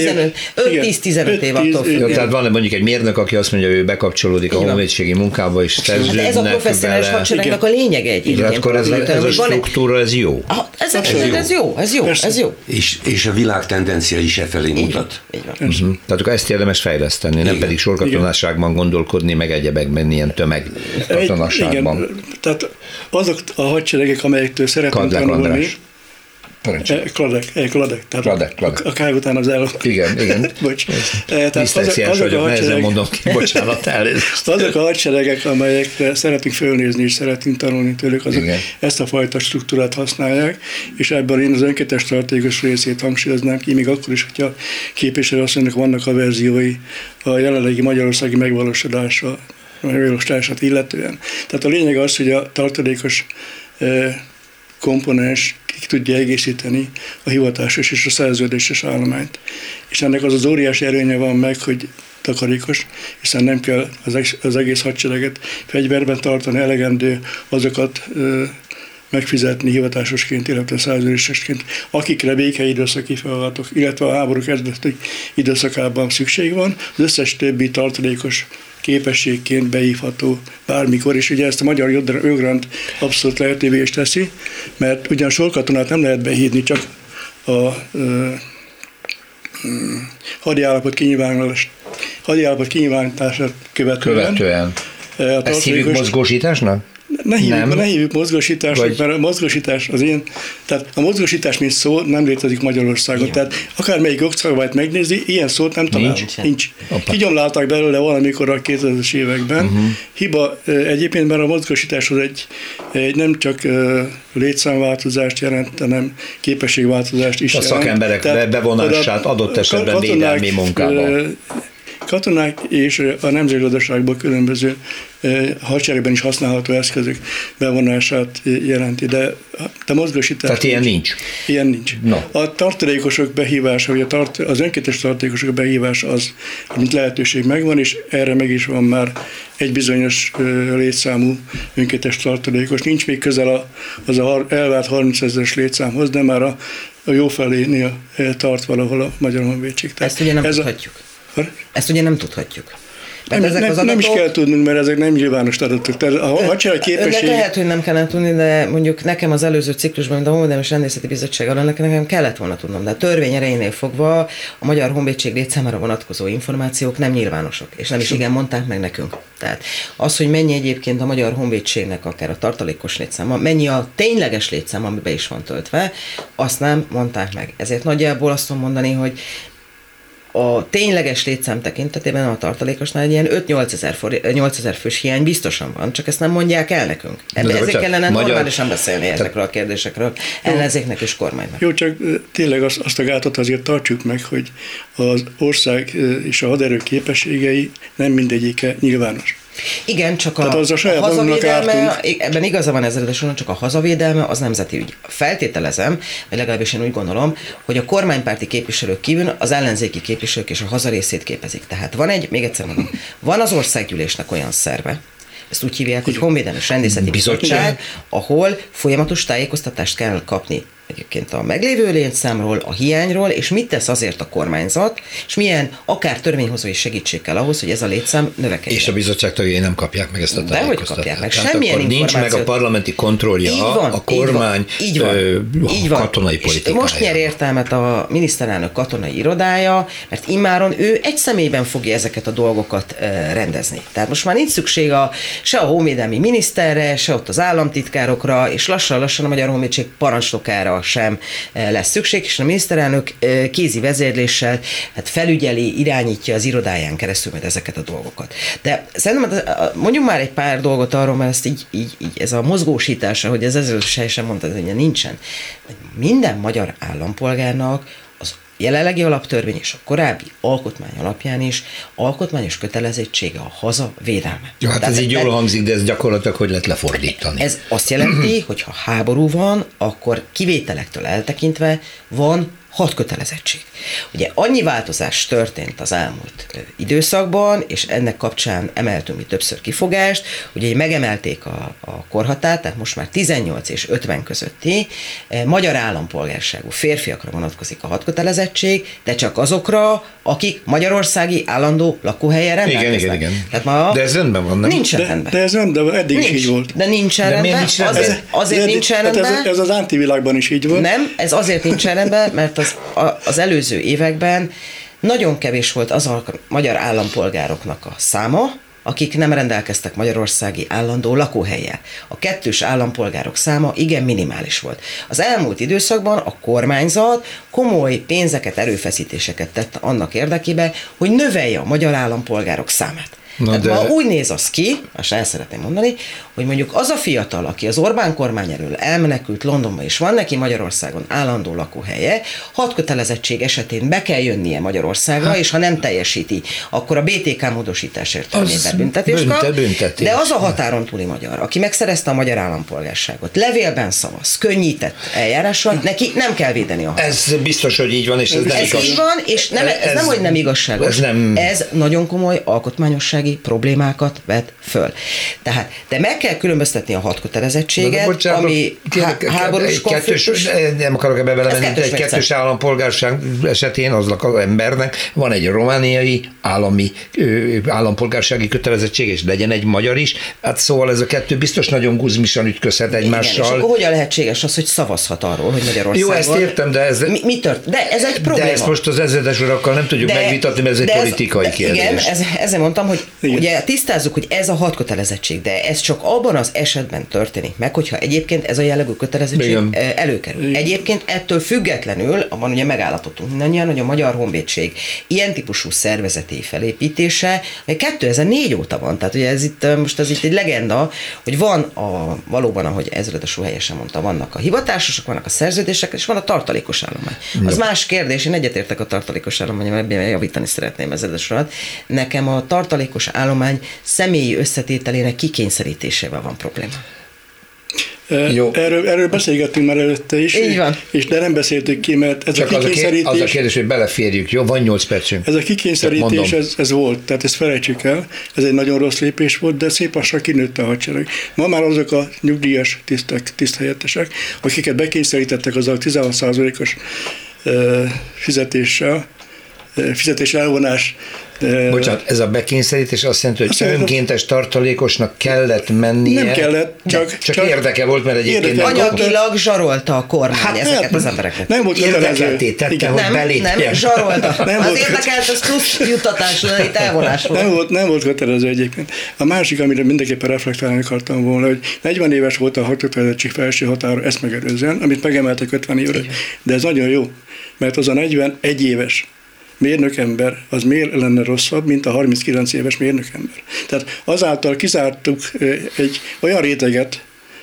tíz-tizenöt év attól függ. Tehát van mondjuk egy mérnök, aki azt mondja, hogy ő bekapcsolódik a honvédségi munkába, és szerződnek hát ez a professzionális hadseregnek a lényege egyébként. Akkor ez, ez a struktúra, ez jó. Ah, ez, ez, ez, ez jó, ez jó, ez jó. És, és a világ tendencia is e felé mutat. Így van. Uh-huh. Tehát akkor ezt érdemes fejleszteni, igen. Nem pedig sorkatonásságban gondolkodni, meg egyebekben, ilyen tömeg katonasságban. Igen, tehát azok a hadseregek, amelyektől szeretem tanulni, Kladek, kladek, kladek, kladek, kladek. A K után az el. Igen, igen. Bocs. Diszlexiás vagyok, nehezen mondom ki, bocsánat, elnézést. Azok a hadseregek, amelyekre szeretnénk fölnézni és szeretnénk tanulni tőlük, azok igen. Ezt a fajta struktúrát használják, és ebben én az önkéntes stratégikus részét hangsúlyoznám ki, még akkor is, hogyha képviselő asszonynak vannak a verziói a jelenlegi magyarországi megvalósulása, megvalósulását illetően. Tehát a lényeg az, hogy a tartalékos komponens ki tudja egészíteni a hivatásos és a szerződéses állományt. És ennek az az óriási erőnye van meg, hogy takarékos, hiszen nem kell az egész hadsereget fegyverben tartani, elegendő azokat ö, megfizetni hivatásosként, illetve szerződésesként, akikre békeidőszaki feladatok, illetve a háború kezdeti időszakában szükség van, az összes többi tartalékos képességként beívható bármikor, és ugye ezt a magyar jogrend abszolút lehetővé is teszi, mert ugyan sorkatonát nem lehet behívni, csak a ö, hadi állapot kinyilvánulás, hadi állapot kinyilvánítását követően. Követően. Ezt hívjuk mozgósításnak? Ne hívjuk, ne hívjuk mozgósításnak, vagy... mert a mozgósítás az én, tehát a mozgósítás mint szó nem létezik Magyarországon. Igen. Tehát akármelyik jogszabályt megnézi, ilyen szót nem talál. Nincs. Nincs. Kigyomláltak belőle valamikor a kétezres években. Uh-huh. Hiba egyébként, mert a mozgósítás az egy, egy nem csak létszámváltozást jelent, hanem képességváltozást is a jelent. A szakemberek tehát bevonását adott esetben védelmi munkában. Katonák és a nemzetgazdaságban különböző hadseregben is használható eszközök bevonását jelenti, de a mozgósítás... Tehát ilyen nincs? Ilyen nincs. No. A tartalékosok behívása, vagy a tart, az önkéntes tartalékosok behívása az, mint lehetőség megvan, és erre meg is van már egy bizonyos létszámú önkéntes tartalékos. Nincs még közel a, az a elvárt harmincezeres létszámhoz, de már a, a jó felénél tart valahol a Magyar Honvédség. Ezt ugye nem Ez tudhatjuk. A, Ezt ugye nem tudhatjuk. Nem, ezek nem, az adatok, nem is kell tudnunk, mert ezek nem nyilvános adatok. Tehát a hadsereg képesség... Lehet, hogy nem kellene tudni, de mondjuk nekem az előző ciklusban, mint a Honvédelmi Rendészeti Bizottság alól, nekem kellett volna tudnom, de a törvény erejénél fogva a Magyar Honvédség létszámára vonatkozó információk nem nyilvánosak, és nem is igen mondták meg nekünk. Tehát az, hogy mennyi egyébként a Magyar Honvédségnek akár a tartalékos létszáma, mennyi a tényleges létszám, amiben is van töltve, azt nem mondták meg. Ezért nagyjából azt tudom mondani, hogy a tényleges létszám tekintetében a tartalékosnál egy ilyen öt-nyolcezer fős hiány biztosan van, csak ezt nem mondják el nekünk. Ebbe ezért bocsánat, kellene magyar... normálisan beszélni ezekről a kérdésekről, ellenzéknek és kormánynak. Jó, csak tényleg azt, azt a gátot azért tartsuk meg, hogy az ország és a haderő képességei nem mindegyike nyilvános. Igen, csak a, a, a hazavédelme, ebben igaza van ezzel, de csak a hazavédelme az nemzeti ügy. Feltételezem, vagy legalábbis én úgy gondolom, hogy a kormánypárti képviselők kívül az ellenzéki képviselők és a hazarészét képezik. Tehát van egy, még egyszer mondom, van az országgyűlésnek olyan szerve, ezt úgy hívják, hogy Honvédelmi és Rendészeti Bizottság, ahol folyamatos tájékoztatást kell kapni egyébként a meglévő létszámról, a hiányról, és mit tesz azért a kormányzat, és milyen akár törvényhozói segítség kell ahhoz, hogy ez a létszám növekedjen. És a bizottság tagjai nem kapják meg ezt a tájékoztatást. De hogy kapják meg? Tehát semmilyen akkor nincs meg a parlamenti kontrollja van, a kormány így van, így van, így van. katonai politikája. Most nyer értelmet a miniszterelnök katonai irodája, mert immáron ő egy személyben fogja ezeket a dolgokat rendezni. Tehát most már nincs szükség a, se a honvédelmi miniszterre, se ott az államtitkárokra, és lassan-lassan a Magyar Honvédség parancsnokára sem lesz szükség, és a miniszterelnök kézi vezérléssel hát felügyeli, irányítja az irodáján keresztül majd ezeket a dolgokat. De szerintem mondjuk már egy pár dolgot arról, mert ezt így, így, így ez a mozgósítása, hogy ez ezzel sem mondta, hogy nincsen. Minden magyar állampolgárnak az jelenlegi alaptörvény és a korábbi alkotmány alapján is alkotmányos kötelezettsége a haza védelme. Jó, hát ez így jól hangzik, de ez gyakorlatilag hogy lehet lefordítani? Ez azt jelenti, hogy ha háború van, akkor kivételektől eltekintve van hadkötelezettség. Ugye annyi változás történt az elmúlt időszakban, és ennek kapcsán emeltünk mi többször kifogást, hogy megemelték a, a korhatárt, tehát most már tizennyolc és ötven közötti eh, magyar állampolgárságú férfiakra vonatkozik a hadkötelezettség, de csak azokra, akik magyarországi állandó lakóhelyen rendelkeznek. Igen, igen, igen. Tehát ma de ez rendben van, nem? Nincsen de, rendben. De ez rendben van, eddig nincs, is így volt. De nincsen de rendben. Nincs rendben? Azért, azért de, nincsen rendben. Ez, ez az antivilágban is így volt. Nem, ez azért nincsen rendben, mert az, a, az előző években nagyon kevés volt az a magyar állampolgároknak a száma, akik nem rendelkeztek magyarországi állandó lakóhellyel. A kettős állampolgárok száma igen minimális volt. Az elmúlt időszakban a kormányzat komoly pénzeket, erőfeszítéseket tett annak érdekében, hogy növelje a magyar állampolgárok számát. Tehát de... ma úgy néz az ki, azt el szeretném mondani, hogy mondjuk az a fiatal, aki az Orbán kormány elől elmenekült Londonba, és van neki Magyarországon állandó lakóhelye, hadkötelezettség esetén be kell jönnie Magyarországra, hát, és ha nem teljesíti, akkor a bé té ká módosítás értelmében büntetést kap. Büntetés. De az a határon túli magyar, aki megszerezte a magyar állampolgárságot, levélben szavaz, könnyített eljárással, neki nem kell védeni a határon. Ez biztos, hogy így van, és ez, ez nem igaz. Ez így van, és nem, ez, ez nem, hogy nem igazságos. Ez, nem... ez nagyon komoly alkotmányossági problémákat vet föl. Tehát, de meg kell különböztetni a hadkötelezettséget, bocsánat, ami há- háborús konfliktus. Nem akarok ebbe belemenni, de egy kettős állampolgárság esetén aznak az embernek van egy romániai állami ö, állampolgársági kötelezettség, és legyen egy magyar is. Hát szóval ez a kettő biztos nagyon guzmisan ütközhet egymással. Igen, és akkor hogyan lehetséges az, hogy szavazhat arról, hogy Magyarországon... Jó, ezt értem, de ez... Mi, mi tört? De ez egy probléma. De ezt most az ezredes urakkal nem tudjuk de, megvitatni, mert ez egy politikai ez, kérdés. Igen, ez, ezzel mondtam, hogy igen. Ugye tisztázzuk, hogy ez a hadkötelezettség, de ez csak abban az esetben történik meg, hogyha egyébként ez a jellegű kötelezettség igen. előkerül. Igen. Egyébként ettől függetlenül, abban ugye megállapodtunk mindannyian, hogy a Magyar Honvédség ilyen típusú szervezeti felépítése kétezer-négy óta van, tehát ugye ez itt, most ez itt egy legenda, hogy van a, valóban, ahogy ezredes úr helyesen mondta, vannak a hivatásosok, vannak a szerződések, és van a tartalékos állomány. Ja. Az más kérdés, én egyetértek a tartalékos állományon, ebben javítani szeretném ezredes urat. Nekem a tartalékos állomány személyi összetételének kikényszerítésével van probléma. Jó. Erről, erről beszélgettünk már előtte is. Így van. És de nem beszéltük ki, mert ez csak a kikényszerítés... Az a kérdés, hogy beleférjük, jó? Van nyolc percünk. Ez a kikényszerítés, ez, ez volt, tehát ezt felejtsük el. Ez egy nagyon rossz lépés volt, de szép lassan kinőtte a hadsereg. Ma már azok a nyugdíjas tisztek, tiszthelyettesek, akiket bekényszerítettek az a tizenhat százalékos fizetéssel, fizetés elvonás. Bocsánat, ez a bekényszerítés azt jelenti, hogy azt önkéntes tartalékosnak kellett mennie. Nem kellett, csak, csak, csak érdeke volt, mert egyébként... Anyagilag zsarolta a kormány hát, ezeket hát, az embereket. Nem volt érdekelté tette, hogy belépjen. Nem, zsarolta. Nem az érdekelt, az plusz juttatás, itt elvonás volt. Nem volt, nem volt kötelező egyébként. A másik, amire mindenképpen reflektálni akartam volna, hogy negyven éves volt a hadkötelezettség felső határa, ezt megelőzően, amit megemeltek ötven évre. De ez nagyon jó, mert az a negyvenegy éves mérnökember, az miért lenne rosszabb, mint a harminckilenc éves mérnökember. Tehát azáltal kizártuk egy olyan réteget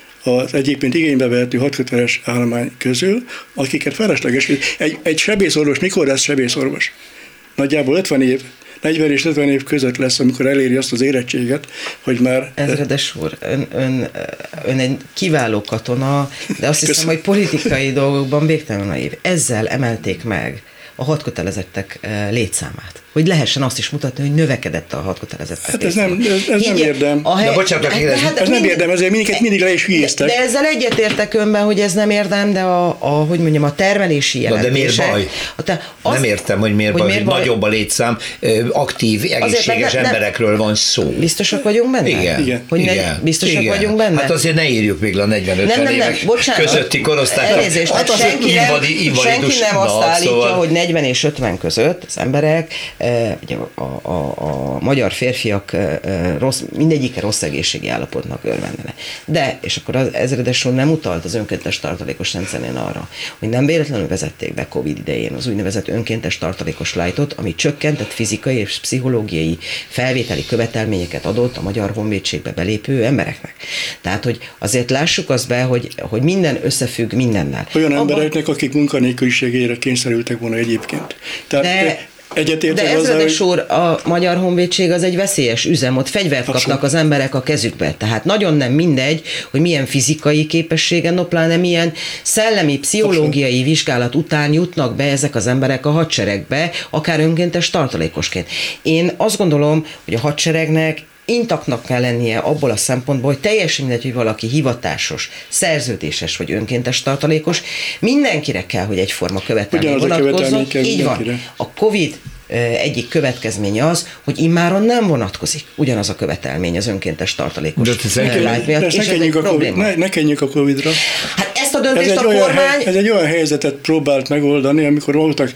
az egyébként igénybe vehető hadköteles állomány közül, akiket felesleges. Egy, egy sebészorvos mikor lesz sebészorvos? Nagyjából ötven év, negyven és ötven év között lesz, amikor eléri azt az érettséget, hogy már... Ezredes úr, ön, ön, ön egy kiváló katona, de azt hiszem, hogy politikai dolgokban végtelen naív. Ezzel emelték meg a hadkötelezettek létszámát. Hogy lehessen azt is mutatni, hogy növekedett a hadkötelezettek. Hát ez nem, ez, ez nem érdem. Hely... De bocsánat, hát, ez, hát, ez mind... nem érdem, ezért mindig, mindig le is hülyéztek. De, de ezzel egyetértek önben, hogy ez nem érdem, de a, a hogy mondjam, a termelési jelentése. De miért baj? Te, az, nem értem, hogy miért hogy baj, miért hogy baj? Nagyobb a létszám, aktív, egészséges azért, emberekről nem, van szó. Biztosak vagyunk benne? Igen. Igen. Hogy igen. Ne, biztosak igen. vagyunk benne? Hát azért ne írjuk még le a negyven-ötven évek közötti korosztályra. Elnézést, hát senki nem, senki nem azt állítja, hogy negyven és ötven között az emberek, a A, a, a magyar férfiak rossz, mindegyike rossz egészségi állapotnak örvendene. De, és akkor az ezredes úr nem utalt az önkéntes tartalékos rendszerén arra, hogy nem véletlenül vezették be Covid idején az úgynevezett önkéntes tartalékos lightot, ami csökkentett fizikai és pszichológiai felvételi követelményeket adott a Magyar Honvédségbe belépő embereknek. Tehát, hogy azért lássuk azt be, hogy, hogy minden összefügg mindennel. Olyan Abba... embereknek, akik munkanélküliségére kényszerültek volna egyébként. Tehát de... De ezredes úr, a Magyar Honvédség az egy veszélyes üzem, ott fegyvert kapnak az emberek a kezükbe. Tehát nagyon nem mindegy, hogy milyen fizikai képessége, no pláne milyen szellemi, pszichológiai vizsgálat után jutnak be ezek az emberek a hadseregbe, akár önkéntes tartalékosként. Én azt gondolom, hogy a hadseregnek intaktnak kell lennie abból a szempontból, hogy teljesen mindegy, hogy valaki hivatásos, szerződéses vagy önkéntes tartalékos, mindenkire kell, hogy egyforma követelmény vonatkozzon. Így van. A Covid egyik következménye az, hogy immáron nem vonatkozik ugyanaz a követelmény az önkéntes tartalékos lágy miatt, és ez egy probléma. Ne, ne kenjük a Covidra. Hát ezt a döntést ez a kormány... Hely, ez egy olyan helyzetet próbált megoldani, amikor voltak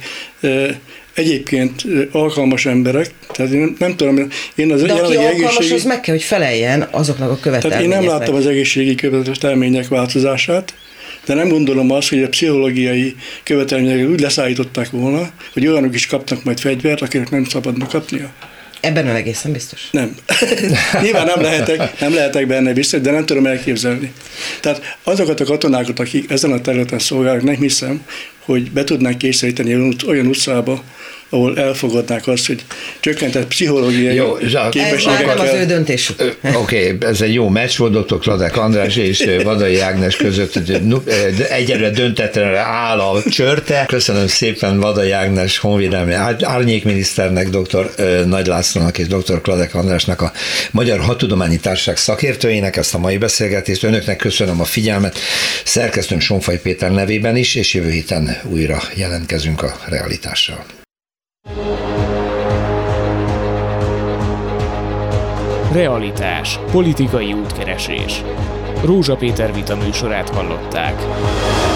egyébként alkalmas emberek, tehát én nem, nem tudom, én az de aki alkalmas, egészségi... az meg kell, hogy feleljen azoknak a követelményeknek. Tehát én nem láttam az egészségi követelmények változását, de nem gondolom azt, hogy a pszichológiai követelményeket úgy leszállították volna, hogy olyanok is kapnak majd fegyvert, akinek nem szabadnak kapnia. Ebben ön egészen biztos? Nem. Nyilván nem lehetek, nem lehetek benne biztos, de nem tudom elképzelni. Tehát azokat a katonákat, akik ezen a területen szolgálnak, nem hiszem, hogy be tudnánk kényszeríteni olyan utcába, ahol elfogadnák azt, hogy csökkentett pszichológiai jó, képességekkel. Ez már nem az ő döntésük. Oké, okay, ez egy jó meccs volt, doktor Kladek András és Vadai Ágnes között. Egyelőre döntetlenre áll a csörte. Köszönöm szépen Vadai Ágnes honvédelmi árnyékminiszternek, doktor Nagy Lászlónak és doktor Kladek Andrásnak, a Magyar Hadtudományi Társaság szakértőinek ezt a mai beszélgetést. Önöknek köszönöm a figyelmet. Szerkesztőnk Sonfaj Péter nevében is, és jövő héten újra jelentkezünk a realitással. Realitás. Politikai útkeresés. Rózsa Péter vita műsorát hallották.